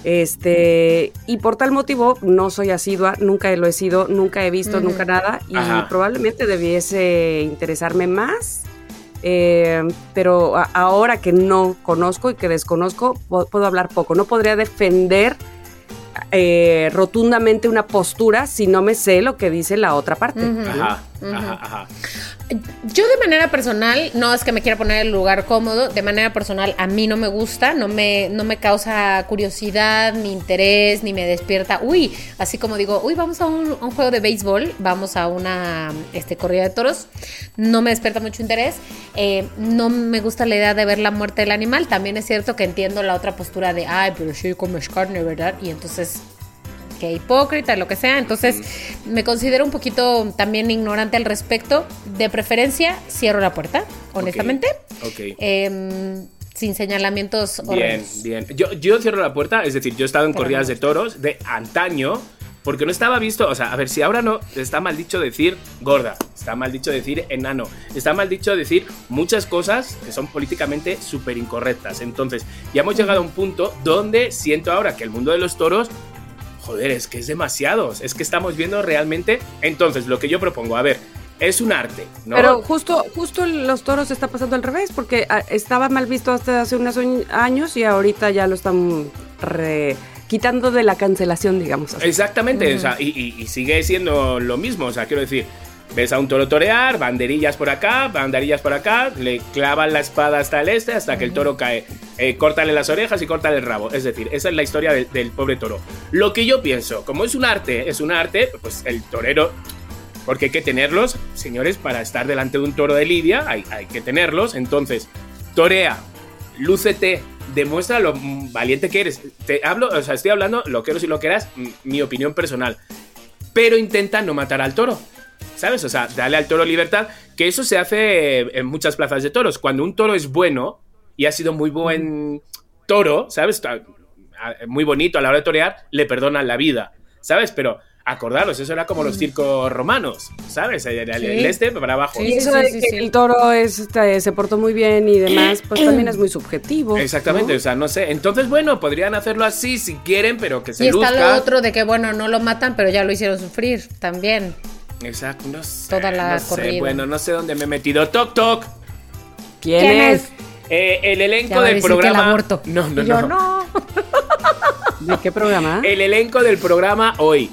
Y por tal motivo no soy asidua, nunca lo he sido, nunca he visto, nunca nada, y Ajá. probablemente debiese interesarme más, pero ahora que no conozco y que desconozco, puedo hablar poco. No podría defender rotundamente una postura si no me sé lo que dice la otra parte. Ajá. Yo de manera personal, no es que me quiera poner en el lugar cómodo, de manera personal a mí no me gusta, no me causa curiosidad, ni interés, ni me despierta, así como digo, vamos a un juego de béisbol, vamos a una corrida de toros, no me despierta mucho interés, no me gusta la idea de ver la muerte del animal. También es cierto que entiendo la otra postura de, pero sí comes carne, ¿verdad? Y entonces... que hipócrita, lo que sea. Entonces me considero un poquito también ignorante al respecto. De preferencia, cierro la puerta, honestamente. Ok. Sin señalamientos horrendos. Bien. Yo cierro la puerta, es decir, yo he estado en corridas de toros de antaño, porque no estaba visto, o sea, a ver, si ahora no, está mal dicho decir gorda, está mal dicho decir enano, está mal dicho decir muchas cosas que son políticamente súper incorrectas. Entonces, ya hemos llegado a un punto donde siento ahora que el mundo de los toros, joder, es que es demasiado, es que estamos viendo realmente. Entonces, lo que yo propongo, a ver, es un arte, ¿no? Pero justo los toros está pasando al revés, porque estaba mal visto hasta hace unos años y ahorita ya lo están quitando de la cancelación, digamos así. Exactamente, o sea, y sigue siendo lo mismo, o sea, quiero decir, ves a un toro torear, banderillas por acá, le clavan la espada hasta el hasta que el toro cae, córtale las orejas y córtale el rabo. Es decir, esa es la historia del pobre toro. Lo que yo pienso, como es un arte, pues el torero, porque hay que tenerlos, señores, para estar delante de un toro de lidia, hay que tenerlos. Entonces, torea, lúcete, demuestra lo valiente que eres. Estoy hablando, lo quiero si lo quieras, mi opinión personal, pero intenta no matar al toro, ¿sabes? O sea, dale al toro libertad, que eso se hace en muchas plazas de toros. Cuando un toro es bueno y ha sido muy buen toro, ¿sabes? Muy bonito a la hora de torear, le perdonan la vida, ¿sabes? Pero acordaros, eso era como los circos romanos, ¿sabes? El para abajo. Sí, eso de que el toro se portó muy bien y demás, pues también es muy subjetivo. Exactamente, ¿no? O sea, no sé. Entonces, bueno, podrían hacerlo así si quieren, pero que se luzca. Y está lo otro de que, bueno, no lo matan, pero ya lo hicieron sufrir también. Exacto, no sé. Toda la corrida. Sé, bueno, no sé dónde me he metido. Toc, toc. ¿Quién es? El elenco del programa. Que el aborto. No. Yo no. ¿De qué programa? El elenco del programa hoy.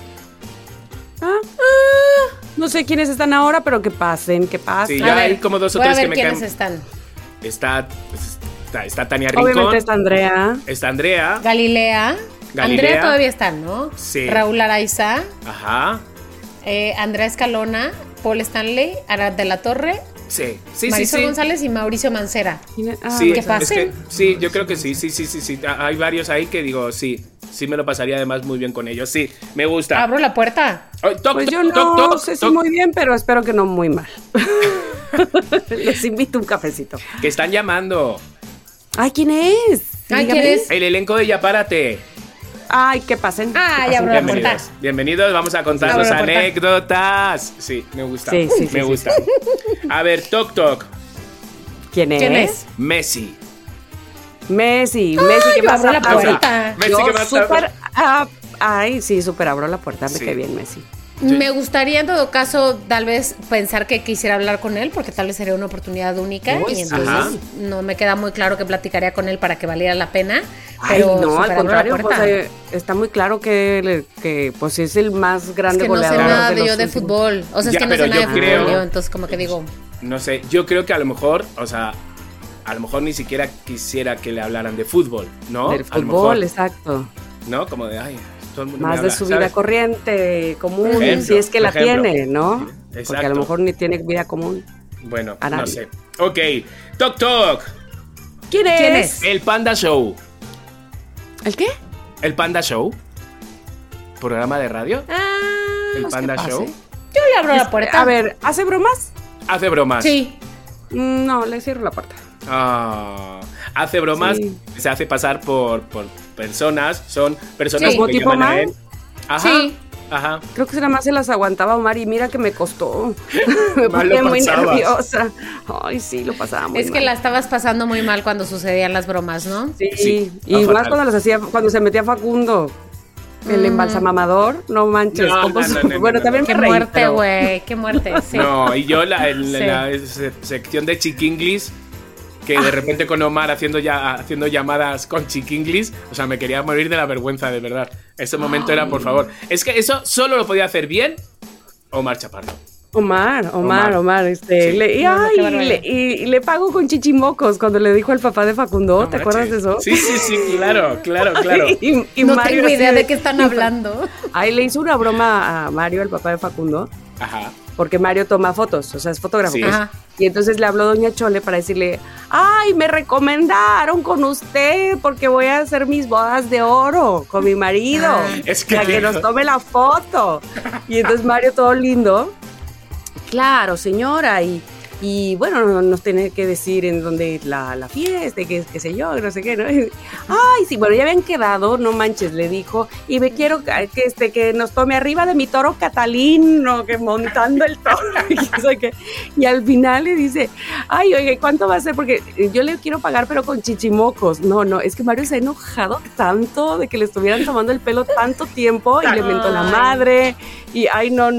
No sé quiénes están ahora, pero que pasen. Sí, ya hay como dos o tres que me caen. ¿Quiénes están? Está Tania Rincón. Obviamente está Andrea. Está Andrea. Galilea. Andrea todavía está, ¿no? Sí. Raúl Araiza. Ajá. Andrea Escalona, Paul Stanley, Arad de la Torre. Sí. Marisol González y Mauricio Mancera. Sí, ¿Qué pasen? Sí, yo creo que sí. Hay varios ahí que digo, sí me lo pasaría además muy bien con ellos. Sí, me gusta. ¿Abro la puerta? Pues yo no sé si muy bien, pero espero que no muy mal. Les invito un cafecito. Que están llamando. Ay, ¿quién es? ¿Quién es? El elenco de Ya Párate. Ay, que pasen. Ya abro la puerta. Bienvenidos, vamos a contarnos anécdotas. Sí, me gusta. Sí, me gusta. A ver, toc toc. ¿Quién es? Messi. Messi, ¿qué pasa? Abro la puerta. Messi, ¿qué pasa? Ay, sí, súper abro la puerta. Me cae bien, Messi. Me gustaría en todo caso tal vez pensar que quisiera hablar con él porque tal vez sería una oportunidad única y entonces no me queda muy claro que platicaría con él para que valiera la pena. Pero ay, no, al contrario, pues, está muy claro que pues es el más grande goleador. No sé nada de yo de fútbol, o sea, es que no sé nada de fútbol yo, entonces como que digo... No sé, yo creo que a lo mejor, o sea, a lo mejor ni siquiera quisiera que le hablaran de fútbol, ¿no? Del fútbol, exacto. ¿No? Como de, ay... Más de su vida corriente, común, ejemplo, si es que la tiene, ¿no? Exacto. Porque a lo mejor ni tiene vida común. Bueno, no sé. Ok, Toc. ¿Quién es? El Panda Show. ¿El qué? El Panda Show. ¿Programa de radio? El Panda Show. Yo le abro la puerta. A ver, ¿hace bromas? Hace bromas. Sí. No, le cierro la puerta. Hace bromas, se hace pasar por personas, son personas que llaman Omar? a él. Ajá. Sí. Ajá. Creo que nada más se las aguantaba Omar y mira que me costó. Me puse muy nerviosa. Ay, sí, lo pasaba muy mal. Es que la estabas pasando muy mal cuando sucedían las bromas, ¿no? Sí. Y más cuando las hacía, cuando se metía Facundo. El embalsamamador, no manches. Bueno, también qué me reí, muerte, güey, qué muerte. Sí. No, y yo la sección de Chiquinglis, que de repente con Omar haciendo llamadas con Chiquinglis, o sea, me quería morir de la vergüenza, de verdad. Ese momento era, por favor. Es que eso solo lo podía hacer bien Omar Chaparro. Omar. Sí. Y le pago con chichimocos cuando le dijo al papá de Facundo, ¿te acuerdas de eso? Sí, claro. y no Mario, tengo idea de qué están hablando. Ahí le hizo una broma a Mario, el papá de Facundo. Ajá. Porque Mario toma fotos, o sea, es fotógrafo. Sí. Ajá. Y entonces le habló doña Chole para decirle, ay, me recomendaron con usted porque voy a hacer mis bodas de oro con mi marido. Es para que nos tome la foto. Y entonces Mario todo lindo. Claro, señora, y bueno, nos tiene que decir en dónde la fiesta, qué sé yo, no sé qué, ¿no? Ay, sí, bueno, ya habían quedado, no manches, le dijo, y me quiero que nos tome arriba de mi toro Catalino, que montando el toro, y al final le dice, ay, oye, ¿cuánto va a ser? Porque yo le quiero pagar, pero con chichimocos. No, es que Mario se ha enojado tanto de que le estuvieran tomando el pelo tanto tiempo, y le mentó la madre, y ay, no.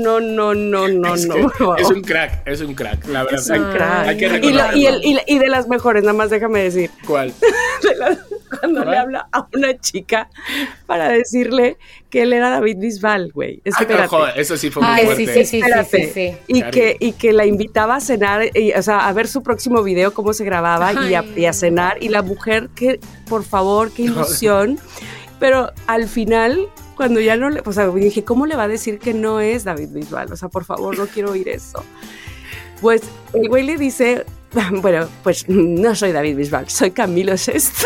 Es un crack, la verdad. Hay que reconocerlo. Y de las mejores, nada más déjame decir. ¿Cuál? Cuando le habla a una chica para decirle que él era David Bisbal, güey. Espérate. Joder, eso sí fue muy fuerte. Sí. Y que la invitaba a cenar, o sea, a ver su próximo video, cómo se grababa y a cenar. Y la mujer, que, por favor, qué ilusión. Pero al final, cuando ya no le... O sea, dije, ¿cómo le va a decir que no es David Bisbal? O sea, por favor, no quiero oír eso. Pues el güey le dice, bueno, pues no soy David Bisbal, soy Camilo Sesto.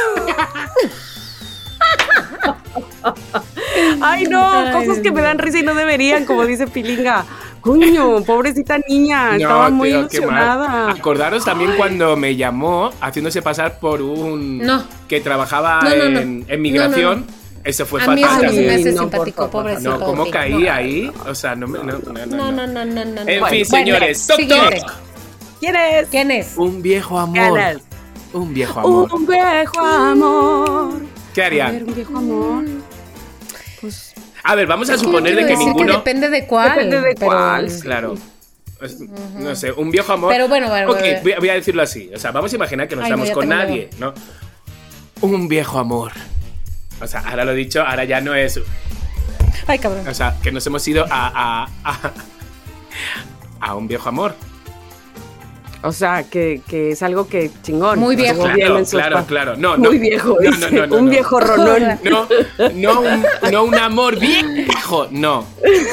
Ay, no, cosas que me dan risa y no deberían, como dice Pilinga. Coño, pobrecita niña, estaba muy ilusionada. Acordaros también cuando me llamó haciéndose pasar por un... que trabajaba en migración. Eso fue fatal. A mí eso me hace simpático, pobrecito. No, ¿cómo caí ahí? O sea, no. En fin, bueno, señores, Toc. ¿Quién es? Un viejo amor. Un viejo amor. Un viejo amor. ¿Qué harían? A ver, un viejo amor. Pues... A ver, vamos a suponer de que ninguno... Que depende de cuál. Claro. No sé, un viejo amor. Pero bueno. Ok, voy a decirlo así. O sea, vamos a imaginar que no estamos con nadie, ¿no? Un viejo amor. O sea, ahora lo he dicho, ahora ya no es... Ay, cabrón. O sea, que nos hemos ido a un viejo amor. O sea, que es algo que chingón. Muy viejo. Claro. No, muy viejo, no, un viejo ronón. No un amor viejo, no.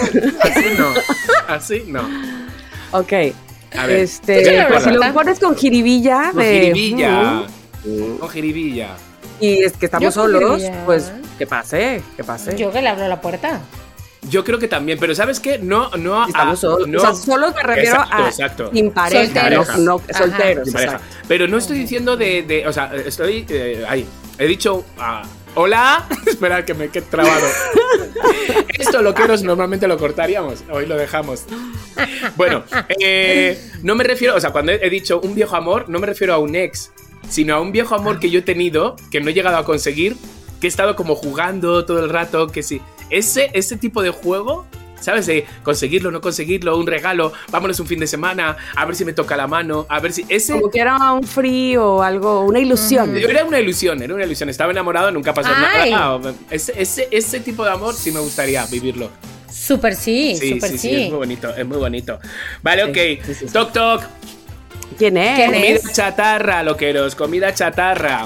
Así no. Ok. A ver. Pues si lo pones con jiribilla. Con jiribilla. Y es que estamos solos, pues que pase. Yo que le abro la puerta. Yo creo que también, pero ¿sabes qué? No. Estamos solos. O sea, solo me refiero exacto. Sin pareja, solteros. Sin pareja. Pero no estoy diciendo o sea, estoy ahí. He dicho hola. Espera que me quede trabado. Esto normalmente lo cortaríamos. Hoy lo dejamos. Bueno, no me refiero, o sea, cuando he dicho un viejo amor, no me refiero a un ex, sino a un viejo amor que yo he tenido, que no he llegado a conseguir, que he estado como jugando todo el rato, que sí. Ese tipo de juego ¿sabes? De conseguirlo, no conseguirlo, un regalo, vámonos un fin de semana, a ver si me toca la mano, a ver si... Como que era un frío o algo, una ilusión. Era una ilusión. Estaba enamorado, nunca pasó nada. Ese tipo de amor sí me gustaría vivirlo. Súper sí. Es muy bonito. Vale, ok. Sí. Toc, toc. ¿Quién es? Comida chatarra, loqueros, comida chatarra.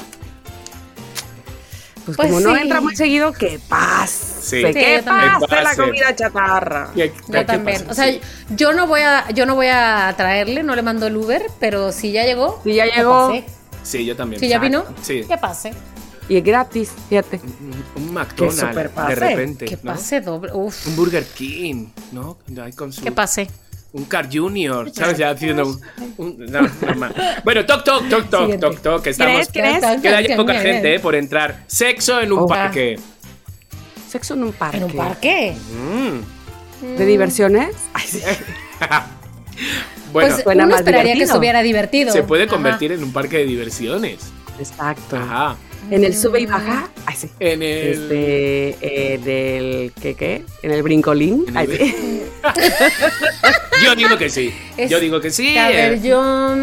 Pues Pues como no sí. entra muy seguido, que pase. Sí. Que yo también. pase la pase. comida chatarra. Yo también. O sea, yo no voy a traerle, no le mando el Uber, pero si ya llegó. Si ya que llegó. pase. Sí, yo también. Si ya vino, Sí. que pase. Y es gratis, fíjate. Un Que McDonald's, super pase. de repente. Que ¿no? pase doble. Uf. Un Burger King, ¿no? Ahí con su- Que pase. Un Car Junior, ¿sabes? Ya haciendo no, normal. Bueno, toc, toc, toc, toc, Siguiente. toc, toc, que estamos... ¿Quién es? Queda ya poca gente, por entrar. Sexo en un Oh. parque. Sexo en un parque. ¿En un parque? ¿De diversiones? Ay, sí. Bueno, Pues suena uno más esperaría que divertido. estuviera divertido. se puede Ajá. convertir en un parque de diversiones. Exacto. Ajá. En el sube y baja. Ay, sí. En el... En el ¿qué? En el brincolín. En Ay, el- sí. Yo digo que sí. Es- Yo digo que sí. A ver, yo.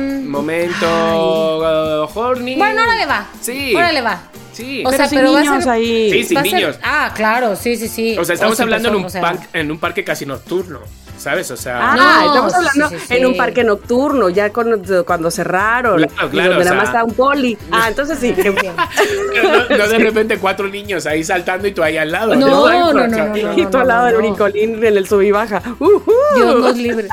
Momento horny. Bueno, ahora le va. Sí. Ahora le va. Sí. O sea, sin pero va a niños ser- ahí. Sí, sin va a ser- niños. Claro, sí. O sea, estamos sin hablando persona, en un parque casi nocturno, ¿sabes? O sea... Ah, No, estamos hablando sí. en un parque nocturno, ya cuando cerraron. Claro, y donde o nada sea- más está un poli. Ah, entonces sí. no de repente 4 niños ahí saltando y tú ahí al lado. No, Exacto, no, o sea, no, Y tú al lado del brincolín en el sub y baja. Dios nos libre.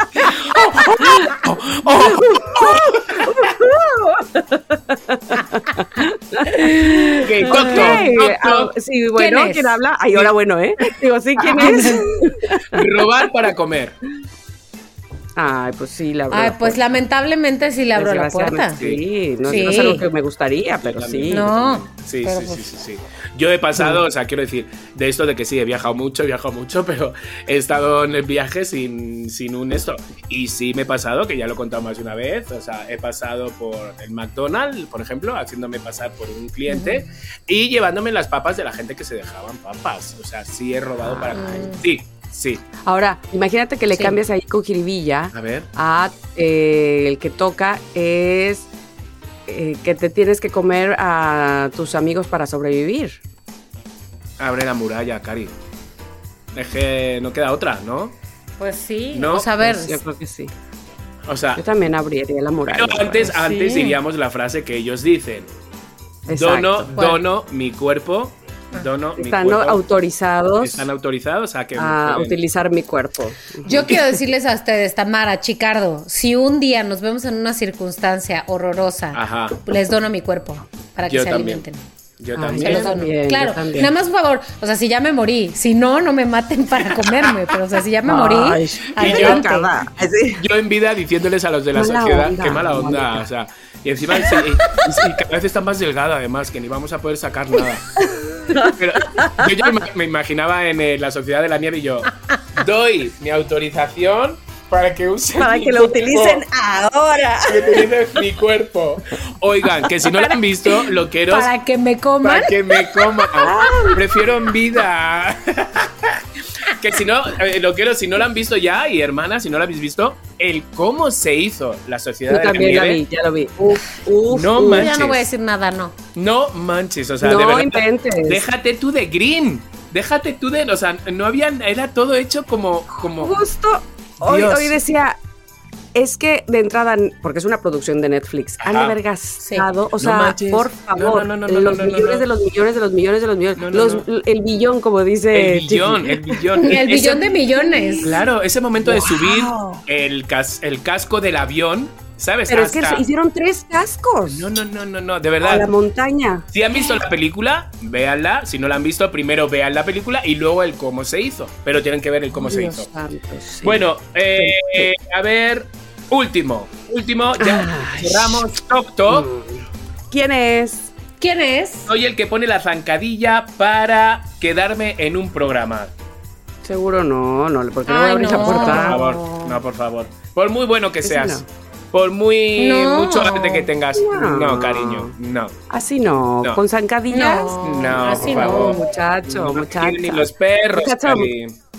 Ok, toc, Ok, toc, toc, toc. sí, bueno, es? ¿quién habla? Ay, ahora bueno, ¿eh? Digo, sí, ¿quién es? Robar para comer. Ay, pues sí, la Ay, pues lamentablemente sí le abro la puerta. Sí, no, Sí. no es algo que me gustaría, pero sí. No. Sí, pero sí, pues- sí. Yo he pasado, o sea, quiero decir, de esto de que sí, he viajado mucho, pero he estado en el viaje sin un esto. Y sí me he pasado, que ya lo he contado más de una vez, o sea, he pasado por el McDonald's, por ejemplo, haciéndome pasar por un cliente y llevándome las papas de la gente que se dejaban papas. O sea, sí he robado para comer. Sí. Ahora, imagínate que le Sí. cambias ahí con jiribilla A ver. a el que toca es que te tienes que comer a tus amigos para sobrevivir. Abre la muralla, Cari. Es que no queda otra, ¿no? Pues sí. No, o sea, a ver. Pues yo creo que sí. O sea, Yo también abriría la muralla. pero antes Sí. diríamos la frase que ellos dicen. Exacto. Dono mi cuerpo. Dono mi Están cuerpo. autorizados Están autorizados a que a pueden- utilizar mi cuerpo. Yo quiero decirles a ustedes, Tamara, Chicardo, si un día nos vemos en una circunstancia horrorosa, Ajá. les dono mi cuerpo para que Yo se también. alimenten. Yo Ay, también. Se los dono. también, Claro, yo también. nada más por favor, o sea, si ya me morí, si no, no me maten para comerme, pero o sea, si ya me morí, Ay, adelante. Así. Yo en vida diciéndoles a los de la Mala sociedad, onda, qué mala onda, maldita. o sea, y encima y cada vez está más delgada además, que ni vamos a poder sacar nada. Pero yo ya me imaginaba en la sociedad de la nieve y yo doy mi autorización para que usen Para mi que lo cuerpo, utilicen ahora. que utilicen mi cuerpo. Oigan, que si no lo han visto, loqueros, Para que me coman. para que me coman. Prefiero en vida. Que si no, loqueros, si no lo han visto ya, y hermanas, si no lo habéis visto, el cómo se hizo la sociedad Yo de la también la nieve. vi, ya lo vi. Uf, No uf. manches. Ya no voy a decir nada, no. No manches, o sea, No de verdad. inventes. Déjate tú de green. Déjate tú de. O sea, no habían. Era todo hecho como. Justo hoy Dios. decía, es que de entrada, porque es una producción de Netflix, han de Ajá. haber gastado, o No sea, manches. por favor, No, los no, millones no. de los millones de los millones de los millones, No, no, el billón, como dice El billón, Chiqui. el billón. El Ese- billón de millones. Claro, ese momento de subir Wow. el casco del avión, ¿sabes? Pero es que Hasta- hicieron 3 cascos No, de a verdad. la montaña. Si han visto la película, véanla. Si no la han visto, primero vean la película y luego el cómo se hizo. Pero tienen que ver el cómo se Dios hizo. santo, sí. Bueno, a ver, último, ya Ay. cerramos. Toc, toc. ¿Quién es? ¿Quién es? Soy el que pone la zancadilla para quedarme en un programa. Seguro no, porque no voy a Ay, abrir la no. Por puerta. favor, no, por favor. Por muy bueno que Ese seas. no. Por muy No. mucho arte que tengas. No. No, cariño, no. Así no, No. con zancadillas. No, No, así por No, favor. muchacho, No muchacha. quieren ni los perros, Muchacho, Cari.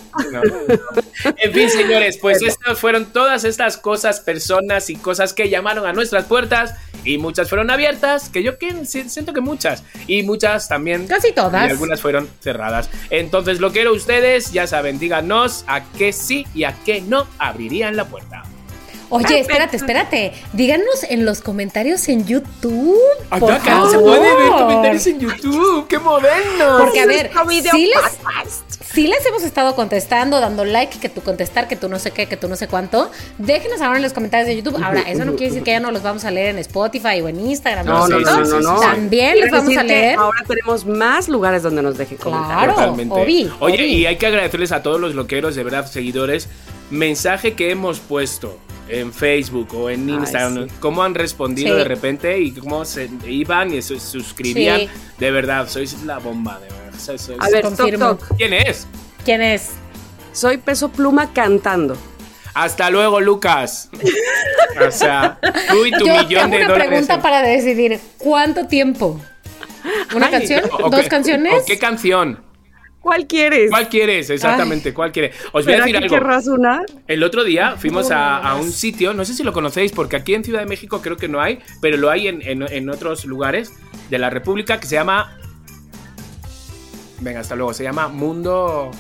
No. En fin, señores, pues estas fueron todas estas cosas, personas y cosas que llamaron a nuestras puertas y muchas fueron abiertas, que yo siento que muchas, y muchas también. Casi todas. Y algunas fueron cerradas. Entonces, lo que ustedes, ya saben, díganos a qué sí y a qué no abrirían la puerta. Oye, espérate. Díganos en los comentarios en YouTube. Por favor. Se puede ver comentarios en YouTube. ¡Qué moderno! Porque, a ver, sí les hemos estado contestando, dando like, que tú contestar, que tú no sé qué, que tú no sé cuánto. Déjenos ahora en los comentarios de YouTube. Ahora, eso no quiere decir que ya no los vamos a leer en Spotify o en Instagram. No. También les vamos a leer. Ahora tenemos más lugares donde nos dejen comentarios. Claro, Oye, y hay que agradecerles a todos los loqueros, de verdad, seguidores. Mensaje que hemos puesto en Facebook o en Instagram, cómo han respondido de repente y cómo se iban y se suscribían. De verdad, sois la bomba, de verdad. A ver, toc. ¿Quién es? Soy Peso Pluma cantando. Hasta luego, Lucas. O sea, tú y tu millón de dólares. Una pregunta para decidir, ¿cuánto tiempo? ¿Una canción? ¿Dos canciones? ¿O qué canción? ¿Cuál quieres? ¿Cuál quieres? Exactamente, ¿cuál quieres? Os voy a decir algo. ¿Querrás una? El otro día fuimos a un sitio, no sé si lo conocéis, porque aquí en Ciudad de México creo que no hay, pero lo hay en otros lugares de la República, que se llama... Venga, hasta luego. Se llama Mundo...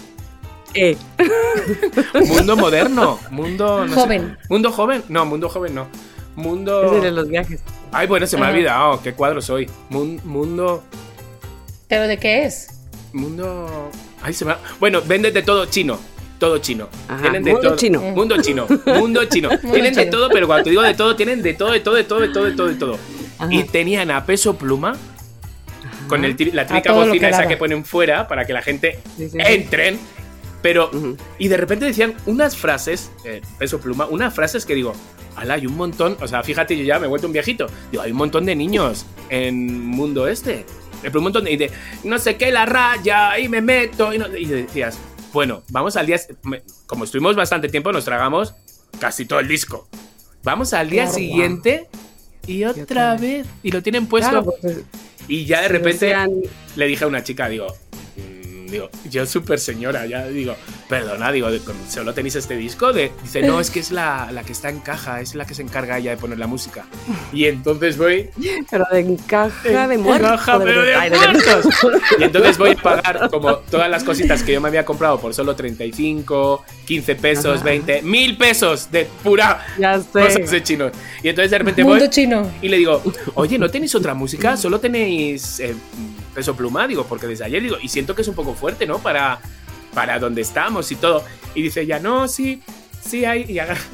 Mundo moderno. Mundo... No joven. Sé. ¿Mundo joven? No, Mundo joven no. Mundo... Es el de los viajes. Ay, bueno, se me ha olvidado. ¿Qué cuadro soy? Mundo... ¿Pero de qué es? Mundo... Ay, se me... Bueno, venden de todo chino. Todo chino. Ajá, tienen de mundo todo. chino. Mundo chino. Mundo chino. Tienen de todo, pero cuando te digo de todo, tienen de todo. Ajá. Y tenían a Peso Pluma con la típica bocina esa que ponen fuera para que la gente entren. Pero, y de repente decían unas frases, Peso Pluma, unas frases que digo, ala, hay un montón, o sea, fíjate, yo ya me he vuelto un viejito. Digo, hay un montón de niños en mundo este. Un montón de no sé qué, la raya, y me meto, y decías, bueno, vamos al día, como estuvimos bastante tiempo, nos tragamos casi todo el disco. Vamos al día siguiente y otra vez, y lo tienen puesto. Claro, pues, y ya de repente le dije a una chica, digo, yo súper señora, ya digo, perdona, digo, ¿solo tenéis este disco? Dice, no, es que es la que está en caja, es la que se encarga ella de poner la música. Y entonces voy... Pero de caja de muertos. Caja, pero de muertos. Y entonces voy a pagar como todas las cositas que yo me había comprado por solo 35, 15 pesos, 20, 1000 pesos de pura cosas de chinos. Y entonces de repente Mundo voy chino. Y le digo, oye, ¿no tenéis otra música? ¿Solo tenéis Peso Pluma? Digo, porque desde ayer, digo, y siento que es un poco fuerte, ¿no? Para donde estamos y todo. Y dice ya, no, sí hay,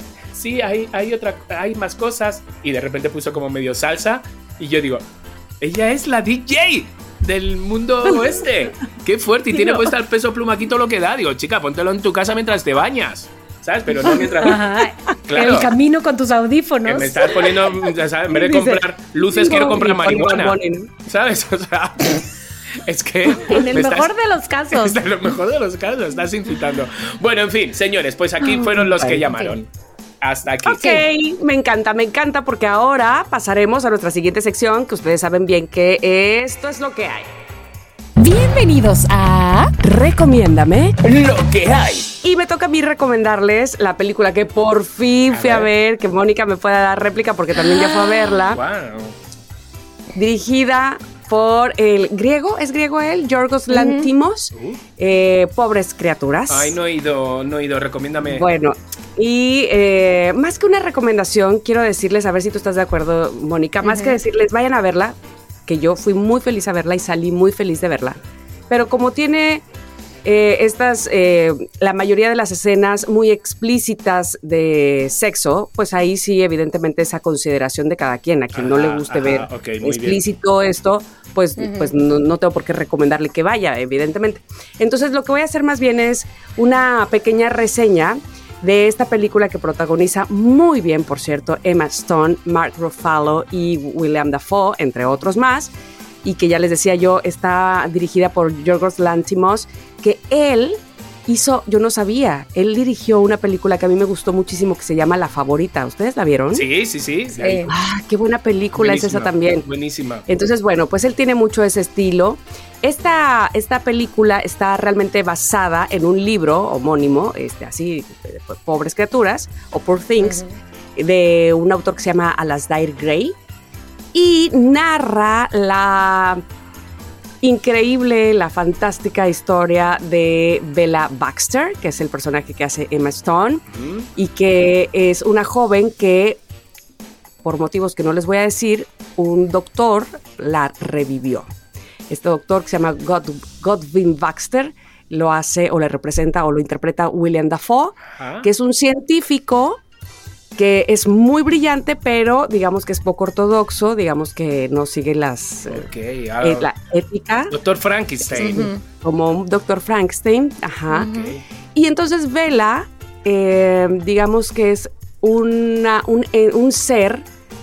hay más cosas. Y de repente puso como medio salsa. Y yo digo, ella es la DJ del mundo oeste. ¡Qué fuerte! Y tiene puesta el Peso Pluma aquí todo lo que da. Digo, chica, póntelo en tu casa mientras te bañas, ¿sabes? Pero no mientras... Claro. El camino con tus audífonos. Que me estás poniendo, ¿sabes? En vez de comprar luces, quiero comprar marihuana, ¿sabes? O sea... Es que... En el mejor de los casos. En lo mejor de los casos, estás incitando. Bueno, en fin, señores, pues aquí fueron los que llamaron. Hasta aquí. Ok, me encanta porque ahora pasaremos a nuestra siguiente sección, que ustedes saben bien que esto es lo que hay. Bienvenidos a Recomiéndame lo que hay. Y me toca a mí recomendarles la película que por fin fui a ver, que Mónica me pueda dar réplica porque también ya fue a verla. Wow. Dirigida por el griego, ¿es griego él? Yorgos Lanthimos. Pobres criaturas. Ay, no he ido, recomiéndame. Bueno, y más que una recomendación, quiero decirles, a ver si tú estás de acuerdo, Mónica, más que decirles, vayan a verla, que yo fui muy feliz a verla y salí muy feliz de verla. Pero como tiene la mayoría de las escenas muy explícitas de sexo, pues ahí sí, evidentemente, esa consideración de cada quien. A quien no le guste ver explícito esto, pues no tengo por qué recomendarle que vaya, evidentemente. Entonces, lo que voy a hacer más bien es una pequeña reseña de esta película que protagoniza muy bien, por cierto, Emma Stone, Mark Ruffalo y William Dafoe, entre otros más, y que ya les decía yo, está dirigida por Yorgos Lanthimos, que él yo no sabía, él dirigió una película que a mí me gustó muchísimo que se llama La Favorita. ¿Ustedes la vieron? Sí. Qué buena película es esa también. Buenísima. Entonces, bueno, pues él tiene mucho ese estilo. Esta película está realmente basada en un libro homónimo, así, Pobres Criaturas, o Poor Things, de un autor que se llama Alasdair Gray, y narra la increíble, la fantástica historia de Bella Baxter, que es el personaje que hace Emma Stone, y que es una joven que, por motivos que no les voy a decir, un doctor la revivió. Este doctor, que se llama Godwin Baxter, lo hace o le representa o lo interpreta William Dafoe, que es un científico que es muy brillante, pero digamos que es poco ortodoxo, digamos que no sigue la ética. Doctor Frankenstein. Como un Doctor Frankenstein, Y entonces Bella, digamos que es un ser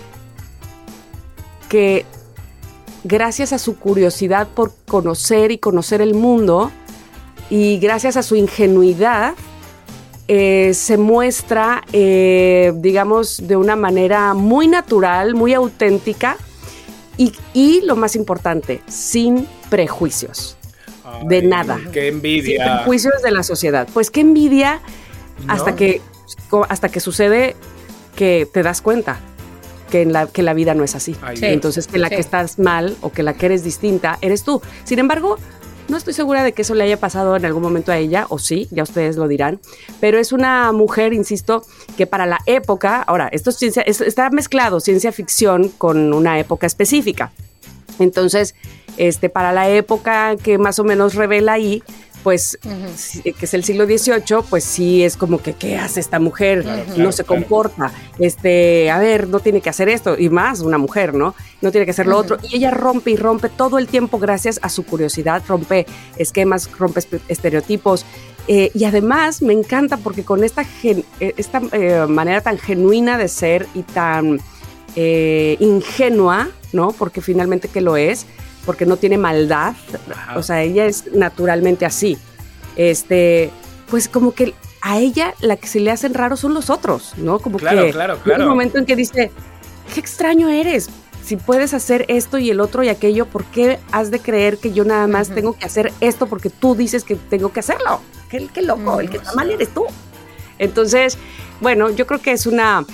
que, gracias a su curiosidad por conocer el mundo y gracias a su ingenuidad, se muestra, digamos, de una manera muy natural, muy auténtica y lo más importante, sin prejuicios. De nada. ¡Qué envidia! Sin prejuicios de la sociedad. Pues qué envidia, ¿no? hasta que sucede que te das cuenta que la vida no es así. Entonces, que la que estás mal o que la que eres distinta eres tú. Sin embargo, no estoy segura de que eso le haya pasado en algún momento a ella, o sí, ya ustedes lo dirán, pero es una mujer, insisto, que para la época, ahora, esto es está mezclado ciencia ficción con una época específica. Entonces, para la época que más o menos revela ahí, pues, que es el siglo XVIII, pues sí es como que, ¿qué hace esta mujer? No se comporta. A ver, no tiene que hacer esto, y más una mujer, ¿no? No tiene que hacer lo otro. Y ella rompe y rompe todo el tiempo gracias a su curiosidad, rompe esquemas, rompe estereotipos. Y además me encanta porque con esta manera tan genuina de ser y tan ingenua, ¿no? Porque finalmente que lo es, porque no tiene maldad, o sea, ella es naturalmente así. Pues como que a ella la que se le hacen raros son los otros, ¿no? Como claro. Hay un momento en que dice, qué extraño eres, si puedes hacer esto y el otro y aquello, ¿por qué has de creer que yo nada más tengo que hacer esto porque tú dices que tengo que hacerlo? Qué loco, el que está mal eres tú. Entonces, bueno, yo creo que es una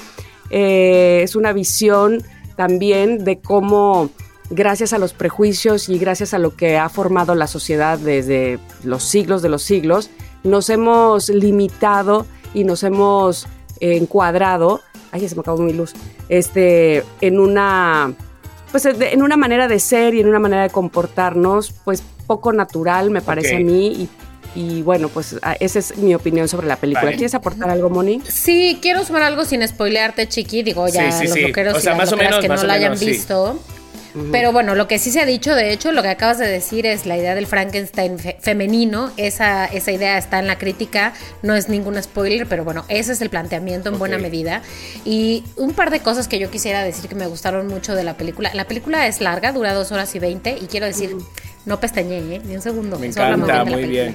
visión también de cómo, gracias a los prejuicios y gracias a lo que ha formado la sociedad desde los siglos de los siglos, nos hemos limitado y nos hemos encuadrado, ay, ya se me acabó mi luz, en una manera de ser y en una manera de comportarnos, pues poco natural, me parece a mí, y bueno, pues esa es mi opinión sobre la película. Vale. ¿Quieres aportar algo, Moni? Sí, quiero sumar algo sin spoilearte, Chiqui. Digo, ya los loqueros y las loqueras que no la hayan visto. Pero bueno, lo que sí se ha dicho, de hecho, lo que acabas de decir es la idea del Frankenstein femenino. Esa idea está en la crítica, no es ningún spoiler, pero bueno, ese es el planteamiento en buena medida. Y un par de cosas que yo quisiera decir que me gustaron mucho de la película. La película es larga, dura 2 horas y 20, y quiero decir, no pestañeé, ni un segundo. Me encanta, muy bien.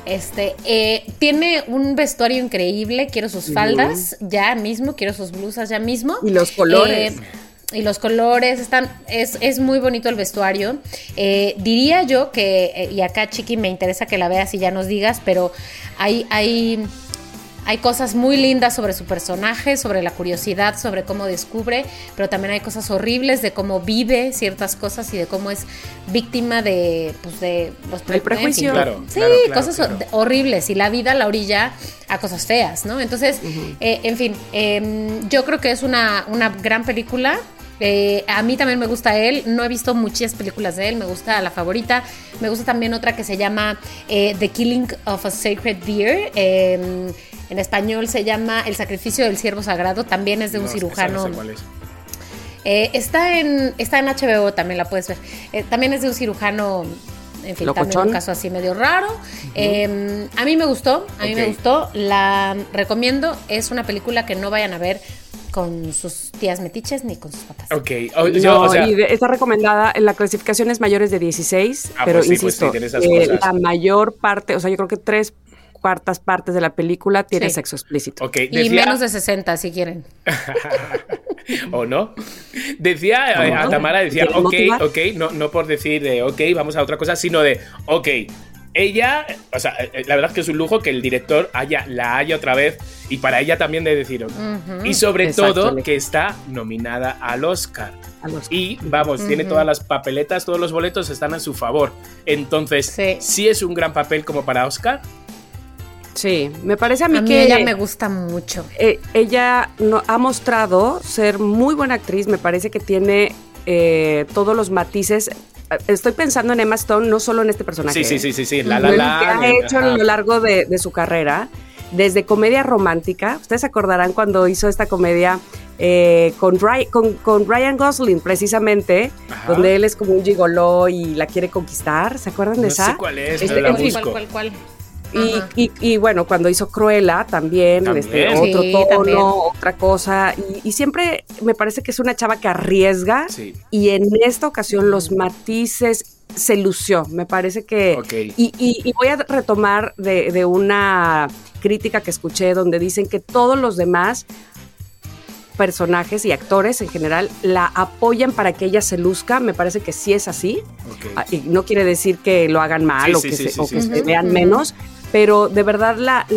Tiene un vestuario increíble, quiero sus faldas ya mismo, quiero sus blusas ya mismo. Y los colores. Y los colores es muy bonito el vestuario. Diría yo que, y acá, Chiqui, me interesa que la veas y ya nos digas, pero hay cosas muy lindas sobre su personaje, sobre la curiosidad, sobre cómo descubre, pero también hay cosas horribles de cómo vive ciertas cosas y de cómo es víctima de los prejuicios. Claro, sí, cosas horribles, y la vida la orilla a cosas feas, ¿no? Entonces, en fin, yo creo que es una gran película. A mí también me gusta él, no he visto muchas películas de él, me gusta La Favorita, me gusta también otra que se llama The Killing of a Sacred Deer, en español se llama El Sacrificio del Ciervo Sagrado, también es de un cirujano. No sé cuál es. Está en HBO, también la puedes ver, también es de un cirujano, en fin, ¿Locochón? También un caso así medio raro. A mí me gustó, la recomiendo, es una película que no vayan a ver con sus tías metiches ni con sus papás. Ok. Está recomendada, en la clasificación es mayores de 16, pero pues sí, insisto, pues sí, tiene esas cosas. la mayor parte, o sea, yo creo que 3/4 3/4 partes de la película tiene sexo explícito. Okay, y menos de 60, si quieren. ¿O no? Decía, a Tamara decía, ok, no por decir de ok, vamos a otra cosa, sino de, ok, ella, o sea, la verdad es que es un lujo que el director la haya otra vez, y para ella también de decir, y sobre todo que está nominada al Oscar. Y vamos, tiene todas las papeletas, todos los boletos están a su favor. Entonces, sí es un gran papel como para Oscar. Sí, me parece a mí que ella me gusta mucho. Ella ha mostrado ser muy buena actriz, me parece que tiene todos los matices. Estoy pensando en Emma Stone, no solo en este personaje. Sí. La que ha hecho a lo largo de su carrera, desde comedia romántica. Ustedes se acordarán cuando hizo esta comedia con Ryan Gosling, precisamente, donde él es como un gigoló y la quiere conquistar. ¿Se acuerdan de esa? No sé cuál es, pero la busco. ¿Cuál? Y bueno, cuando hizo Cruella también. Otro tono, también. Otra cosa, y siempre me parece que es una chava que arriesga, y en esta ocasión los matices se lució, me parece que y voy a retomar de una crítica que escuché donde dicen que todos los demás personajes y actores en general la apoyan para que ella se luzca. Me parece que sí es así, y no quiere decir que lo hagan mal o que se vean menos, pero de verdad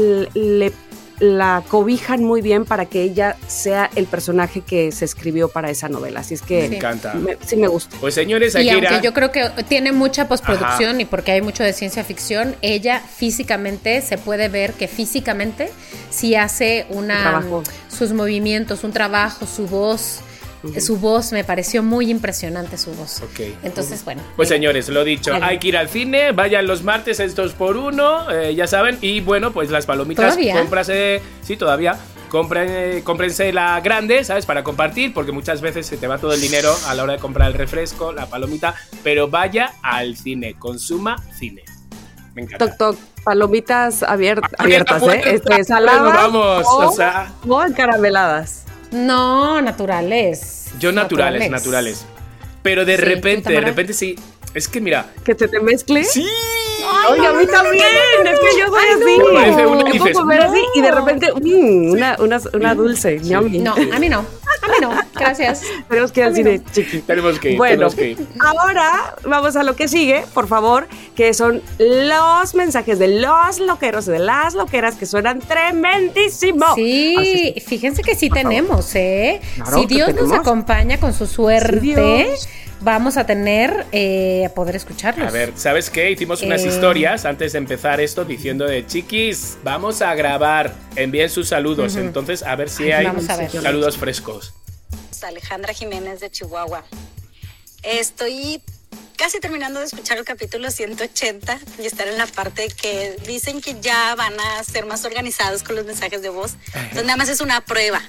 la cobijan muy bien para que ella sea el personaje que se escribió para esa novela. Así es que me encanta. Sí me gusta. Pues señores, y aunque yo creo que tiene mucha postproducción y porque hay mucho de ciencia ficción, ella físicamente se puede ver que físicamente sí hace sus movimientos, un trabajo, su voz. Su voz me pareció muy impresionante, su voz. Entonces, bueno. Pues señores, lo dicho, hay que ir al cine, vayan los martes, es 2x1, ya saben, y bueno, pues las palomitas, todavía, cómprense la grande, ¿sabes? Para compartir, porque muchas veces se te va todo el dinero a la hora de comprar el refresco, la palomita, pero vaya al cine, consuma cine. Me encanta. Toc, palomitas abiertas, saladas, vamos, o encarameladas. No, naturales. Yo naturales. Pero de repente sí. Es que mira. ¿Que se te mezcle? ¡Sí! ¡Ay, a mí también! Es que yo soy así. Yo puedo comer así y de repente, una dulce. Yummy. No, a mí no. Gracias. Tenemos que ir al cine, chiqui. Tenemos que ir. Bueno, ahora vamos a lo que sigue, por favor, que son los mensajes de los loqueros, de las loqueras, que suenan tremendísimo. Sí, fíjense que sí tenemos, Claro, si Dios nos acompaña con su suerte, vamos a tener poder escucharlos. A ver, ¿sabes qué? Hicimos unas historias antes de empezar esto diciendo de chiquis, vamos a grabar, envíen sus saludos. Entonces, a ver si hay saludos frescos. Alejandra Jiménez de Chihuahua. Estoy casi terminando de escuchar el capítulo 180 y estar en la parte que dicen que ya van a ser más organizados con los mensajes de voz. Entonces nada más es una prueba.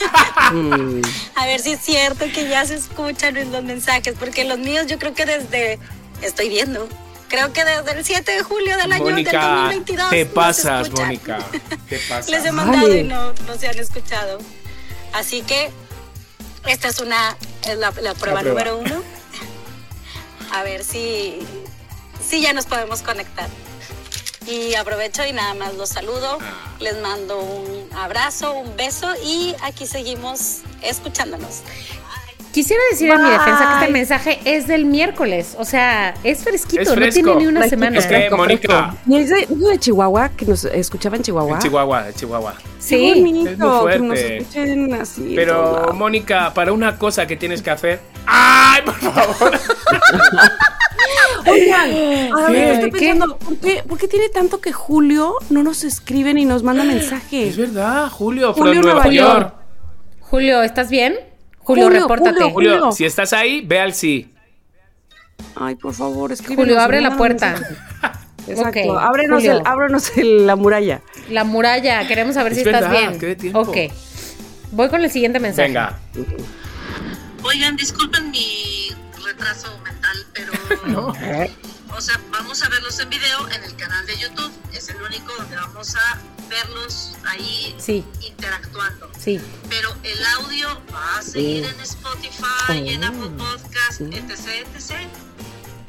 A ver si es cierto que ya se escuchan los mensajes, porque los míos yo creo que creo que desde el 7 de julio del año del 2022. Te pasas, Mónica. Te pasas. Les he mandado y no se han escuchado. Así que esta es la prueba número 1. A ver si ya nos podemos conectar. Y aprovecho y nada más los saludo. Les mando un abrazo, un beso y aquí seguimos escuchándonos. Quisiera decir en mi defensa que este mensaje es del miércoles, o sea, es fresquito, no tiene ni una semana. Es que, Mónica. ¿Y es de Chihuahua, que nos escuchaba en Chihuahua? En Chihuahua. Sí, qué bonito, es muy fuerte. que nos escuchen así. Pero, Mónica, para una cosa que tienes que hacer... ¡Ay, por favor! Oigan, a ver, estoy pensando, ¿por qué tiene tanto que Julio no nos escribe ni nos manda mensaje? Es verdad, Julio Nueva York. Julio, ¿estás bien? Julio, repórtate. Julio, si estás ahí, ve al sí. Ay, por favor, escríbenos. Julio, abre la puerta. Exacto, ábrenos la muralla. La muralla, queremos saber si estás bien. ¿Qué de tiempo? Ok, voy con el siguiente mensaje. Venga. Oigan, disculpen mi retraso mental, pero... O sea, vamos a verlos en video en el canal de YouTube. Es el único donde vamos a verlos ahí interactuando. Sí. Pero el audio va a seguir en Spotify, en Apple Podcast, etc.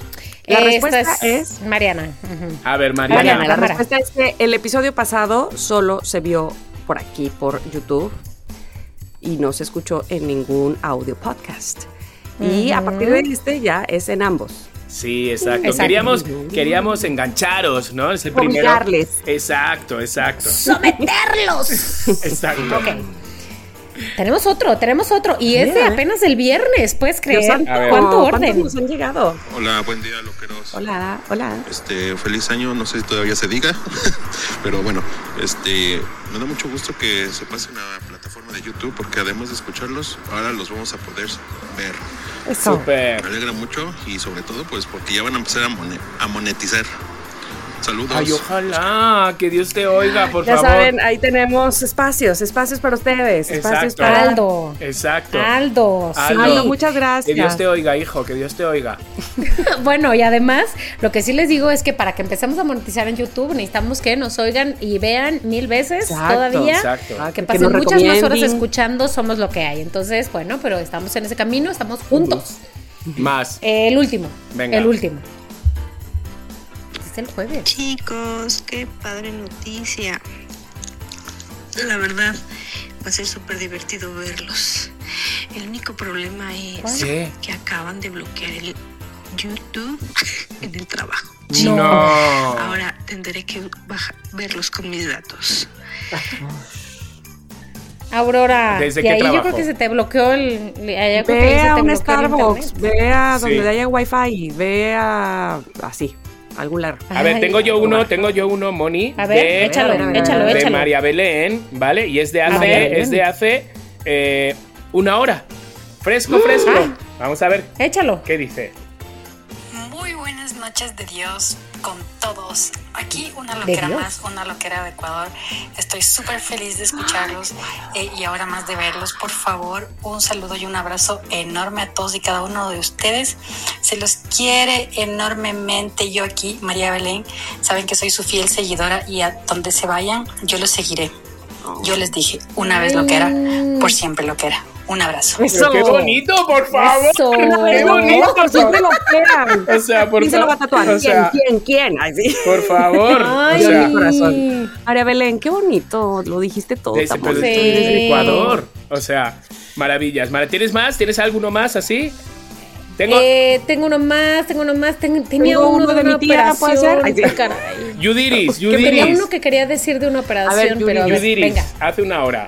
La respuesta es Mariana. A ver, Mariana. Mariana, la respuesta es que el episodio pasado solo se vio por aquí, por YouTube, y no se escuchó en ningún audio podcast. Y a partir de este ya es en ambos. Sí, exacto. Queríamos engancharos, ¿no? Es el primero. Obligarles. Exacto. ¡Someterlos! Exacto. Ok. Tenemos otro. Y es de apenas el viernes, ¿puedes creer? ¿Cuánto orden? ¿Cuántos nos han llegado? Hola, buen día, loqueros. Hola. Feliz año, no sé si todavía se diga, pero bueno, me da mucho gusto que se pasen a la plataforma de YouTube, porque además de escucharlos, ahora los vamos a poder ver. Eso. Súper. Me alegra mucho y sobre todo, pues, porque ya van a empezar a monetizar. Saludos. Ay, ojalá, que Dios te oiga, por ya favor. Ya saben, ahí tenemos espacios para ustedes. Espacios Exacto. para Aldo. Exacto. Aldo, sí. Aldo, muchas gracias. Que Dios te oiga, hijo, que Dios te oiga. Bueno, y además, lo que sí les digo es que para que empecemos a monetizar en YouTube, necesitamos que nos oigan y vean 1000 veces todavía. Exacto. Que pasen muchas más horas escuchando Somos Lo Que Hay. Entonces, bueno, pero estamos en ese camino, estamos juntos. Más. El último. Venga. El último. Es el jueves. Chicos, qué padre noticia. La verdad, va a ser súper divertido verlos. El único problema es que acaban de bloquear el YouTube en el trabajo. No. Ahora tendré que verlos con mis datos. Aurora, ¿Desde y qué ahí trabajo? yo creo que se te bloqueó el... Ve a un Starbucks, ve a donde Sí. haya Wi-Fi, ve a... así, algún lado. A ver, tengo yo uno, Moni. A ver, échalo. De María Belén, ¿vale? Y es de hace, una hora. Fresco. Vamos a ver. Échalo. ¿Qué dice? Muy buenas noches de Dios con todos. Aquí una loquera más, una loquera de Ecuador. Estoy súper feliz de escucharlos y ahora más de verlos. Por favor, un saludo y un abrazo enorme a todos y cada uno de ustedes. Se los quiere enormemente. Yo aquí, María Belén, saben que soy su fiel seguidora y a donde se vayan, yo los seguiré. Yo les dije, una vez loquera, por siempre loquera. Un abrazo. Eso. ¡Qué bonito, por favor! Eso. ¡Qué bonito! Por siempre lo quieran. O sea, por ¿Quién se lo va a tatuar? o sea, ¿Quién? Ay, sí. Por favor. Ay. O sea, Mi corazón. María Belén, qué bonito. Lo dijiste todo. desde, tan pero bonito. estoy desde Ecuador. O sea, maravillas. ¿Tienes más? ¿Tienes alguno más así? Tengo uno más. Tenía uno de mi una tía, ¿puede ser? operación. Ay, sí. Caray. Yudiris. Tenía uno que quería decir de una operación, pero a ver, Yudiris, venga. hace una hora.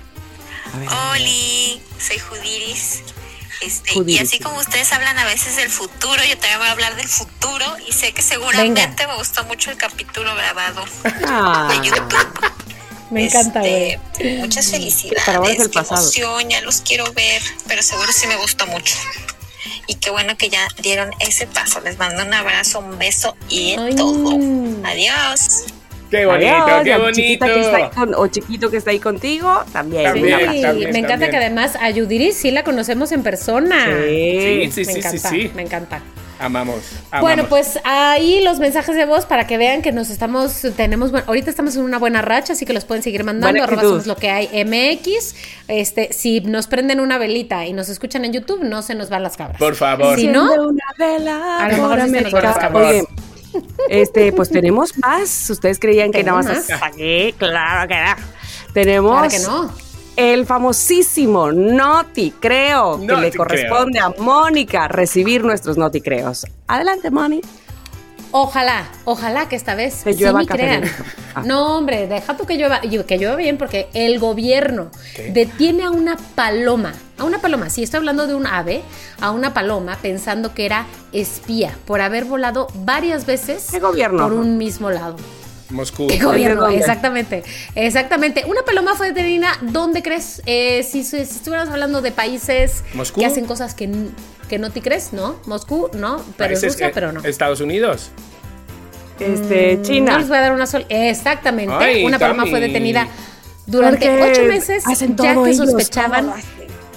Oli, soy Judiris. Judiris. Y así como ustedes hablan a veces del futuro, yo también voy a hablar del futuro y sé que seguramente me gustó mucho el capítulo grabado de YouTube. Me encanta, güey. Muchas Para felicidades, ver el qué pasado. emoción, ya los quiero ver, pero seguro sí me gustó mucho. Y qué bueno que ya dieron ese paso. Les mando un abrazo, un beso y todo. Adiós. ¡Qué bonito, Adiós, qué la bonito! chiquita que está ahí o chiquito que está ahí contigo, también. También, un abrazo. Sí, también, me encanta también. que además a Yudiris sí la conocemos en persona. Sí. Sí. Me encanta. Amamos. Bueno, pues ahí los mensajes de voz para que vean que ahorita estamos en una buena racha, así que los pueden seguir mandando, Buena @somos actitud. lo que hay MX. Si nos prenden una velita y nos escuchan en YouTube, no se nos van las cabras. Por favor. Si no, Enciende una vela a lo mejor por sí se nos van las América. cabras. Oye, pues tenemos más. Ustedes creían que nada Tenemos más aquí, claro que no. Tenemos claro que no. el famosísimo Noti Creo, que Noti le corresponde a Mónica recibir nuestros Noti Creos. Adelante, Moni. Ojalá que esta vez Que sí llueva me café crean. dentro. Ah. No, hombre, deja tú que llueva bien, porque el gobierno detiene a una paloma, sí, estoy hablando de un ave, a una paloma pensando que era espía por haber volado varias veces ¿Qué gobierno? por un mismo lado. Moscú. ¿Qué gobierno? ¿Dónde? Exactamente. Una paloma fue detenida, ¿dónde crees? Si estuviéramos hablando de países ¿Moscú? que hacen cosas que no te crees, ¿no? Moscú, no, pero Países Rusia, que- pero no. Estados Unidos. No China. les voy a dar una sola. Exactamente. Ay, una paloma Tami. fue detenida durante Porque 8 meses, hacen ya todo que ellos, sospechaban. todo lo hacen.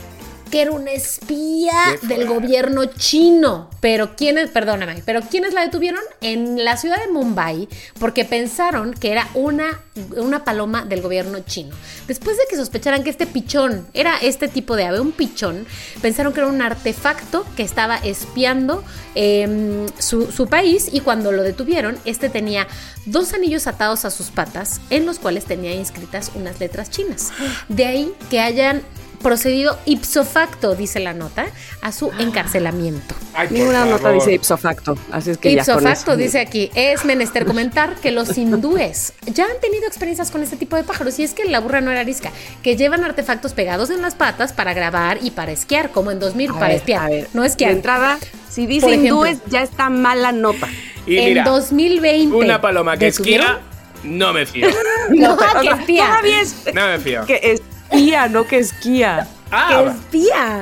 que era una espía del gobierno chino. Pero ¿quiénes la detuvieron? En la ciudad de Mumbai, porque pensaron que era una paloma del gobierno chino. Después de que sospecharan que este pichón era este tipo de ave, un pichón, pensaron que era un artefacto que estaba espiando su país, y cuando lo detuvieron, tenía 2 anillos atados a sus patas, en los cuales tenía inscritas unas letras chinas. De ahí que hayan procedido ipso facto, dice la nota, a su encarcelamiento. Ninguna nota dice ipso facto, así es que ipso ya con facto eso. Dice aquí, es menester comentar que los hindúes ya han tenido experiencias con este tipo de pájaros, y es que la burra no era arisca, que llevan artefactos pegados en las patas para grabar y para esquiar, como en 2000 para espiar, no esquiar. De entrada, si dice hindúes, ya está mala nota. Y en mira, 2020 una paloma que esquía, no me fío. No, que espía. Todavía es No me fío. que espía, no que esquía. Que espía.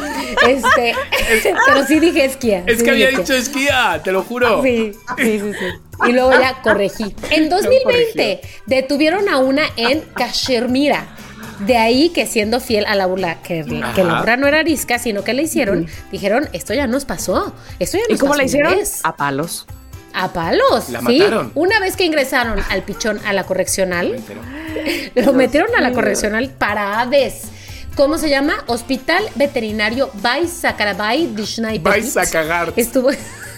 Pero sí dije esquía. Es que había dicho esquía, te lo juro. Sí. Y luego ya corregí. En 2020 detuvieron a una en Cachemira. De ahí que, siendo fiel a la burla, que la burra no era arisca, sino que le hicieron, dijeron, esto ya nos pasó. Esto ya nos pasó. ¿Y cómo la hicieron? Vez. A palos. A palos. La mataron. Una vez que ingresaron al pichón a la correccional, lo metieron a la correccional para aves. ¿Cómo se llama? Hospital Veterinario Baisakarabai Dishney Petit. Baisakagart. Estuvo...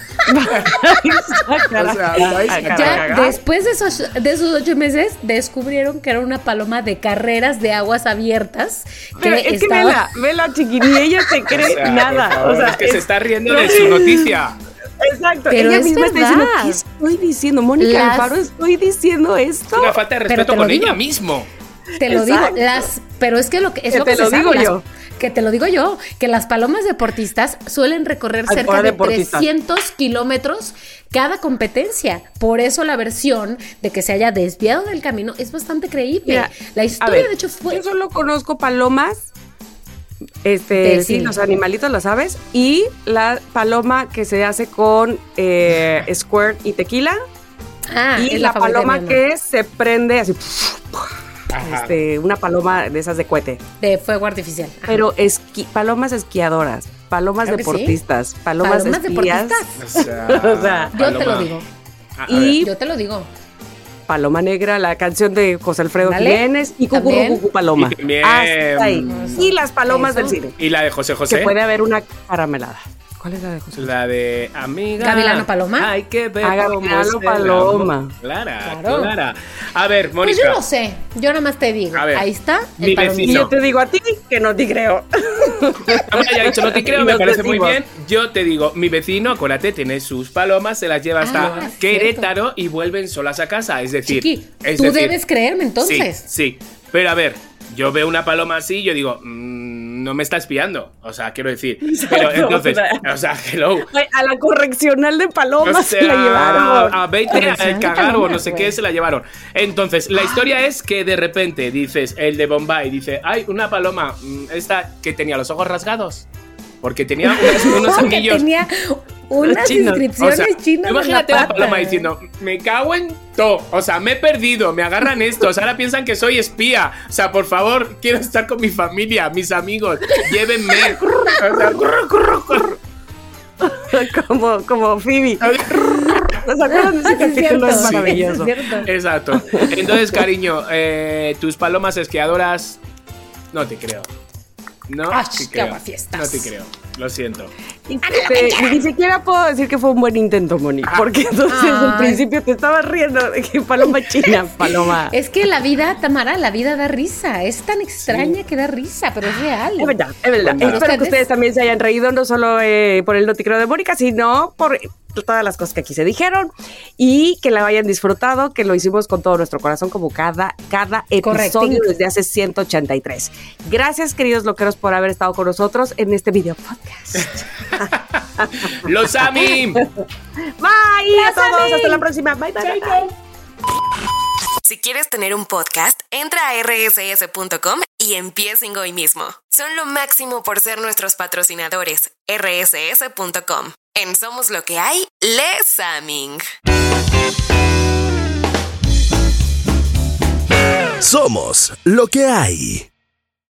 Ya después de esos 8 meses descubrieron que era una paloma de carreras de aguas abiertas. Pero es que vela, chiquini, ella se cree nada. O sea, es que se está riendo de su noticia. Exacto, pero ella es misma verdad. está diciendo, ¿qué estoy diciendo? Mónica Alfaro, ¿estoy diciendo esto? Es una falta de respeto con ella mismo. Te lo digo, pero es que lo que es lo que se sabe, que te lo digo yo, que las palomas deportistas suelen recorrer cerca de 300 kilómetros cada competencia. Por eso la versión de que se haya desviado del camino es bastante creíble. Mira, la historia, de hecho, fue... Yo solo conozco palomas, sí, los animalitos, las aves, y la paloma que se hace con squirt y tequila, y la paloma que se prende así... una paloma de esas de cohete. De fuego artificial. Ajá. Pero palomas esquiadoras, palomas deportistas, palomas espías. Deportistas. O sea, yo te lo digo. Yo te lo digo. Paloma Negra, la canción de José Alfredo Jiménez y Cucurrucucu Paloma. Hasta ahí. Y las palomas del cine. Y la de José José. Que puede haber una caramelada. ¿Cuál es la de José? La de Amiga. Gavilano Paloma. Hay que ver Gavilano Paloma. Clara. A ver, Mónica. Pues yo no sé. Yo nada más te digo. A ver, ahí está. Mi vecino. Y yo te digo a ti que no te creo. A mí ya he dicho no te creo, me parece muy bien. Yo te digo, mi vecino, acuérdate, tiene sus palomas, se las lleva hasta Querétaro y vuelven solas a casa. Es decir, Chiqui, tú debes creerme entonces. Sí. Pero a ver, yo veo una paloma así y yo digo, no me está espiando. O sea, quiero decir. Pero entonces, hello. A la correccional de palomas se la llevaron. A 20 al cagar o no sé qué se la llevaron. Entonces, la historia es que de repente dices, el de Bombay dice, hay una paloma, esta que tenía los ojos rasgados. Porque tenía unos anillos. Tenía unas inscripciones chinas. Imagínate la paloma diciendo, me cago en todo. O sea, me he perdido, me agarran estos. Ahora piensan que soy espía. O sea, por favor, quiero estar con mi familia, mis amigos. Llévenme. Como Phoebe. ¿Se acuerdan de ese capítulo? Es maravilloso. Exacto. Entonces, cariño, tus palomas esquiadoras, no te creo. No te creo. No te creo. Lo siento. Ni siquiera puedo decir que fue un buen intento, Moni. Porque entonces al principio te estabas riendo de que paloma china, paloma. Es que la vida, Tamara, la vida da risa. Es tan extraña que da risa, pero es real. Es verdad, es verdad. Espero que ustedes también se hayan reído, no solo por el no te creo de Mónica, sino por todas las cosas que aquí se dijeron y que la hayan disfrutado, que lo hicimos con todo nuestro corazón como cada episodio desde hace 183. Gracias, queridos loqueros, por haber estado con nosotros en este video podcast. ¡Los Ami! Bye a todos, hasta la próxima. Bye. Si quieres tener un podcast, entra a rss.com y empiecen hoy mismo. Son lo máximo por ser nuestros patrocinadores. rss.com. En Somos Lo que Hay, Les Aming. Somos lo que hay.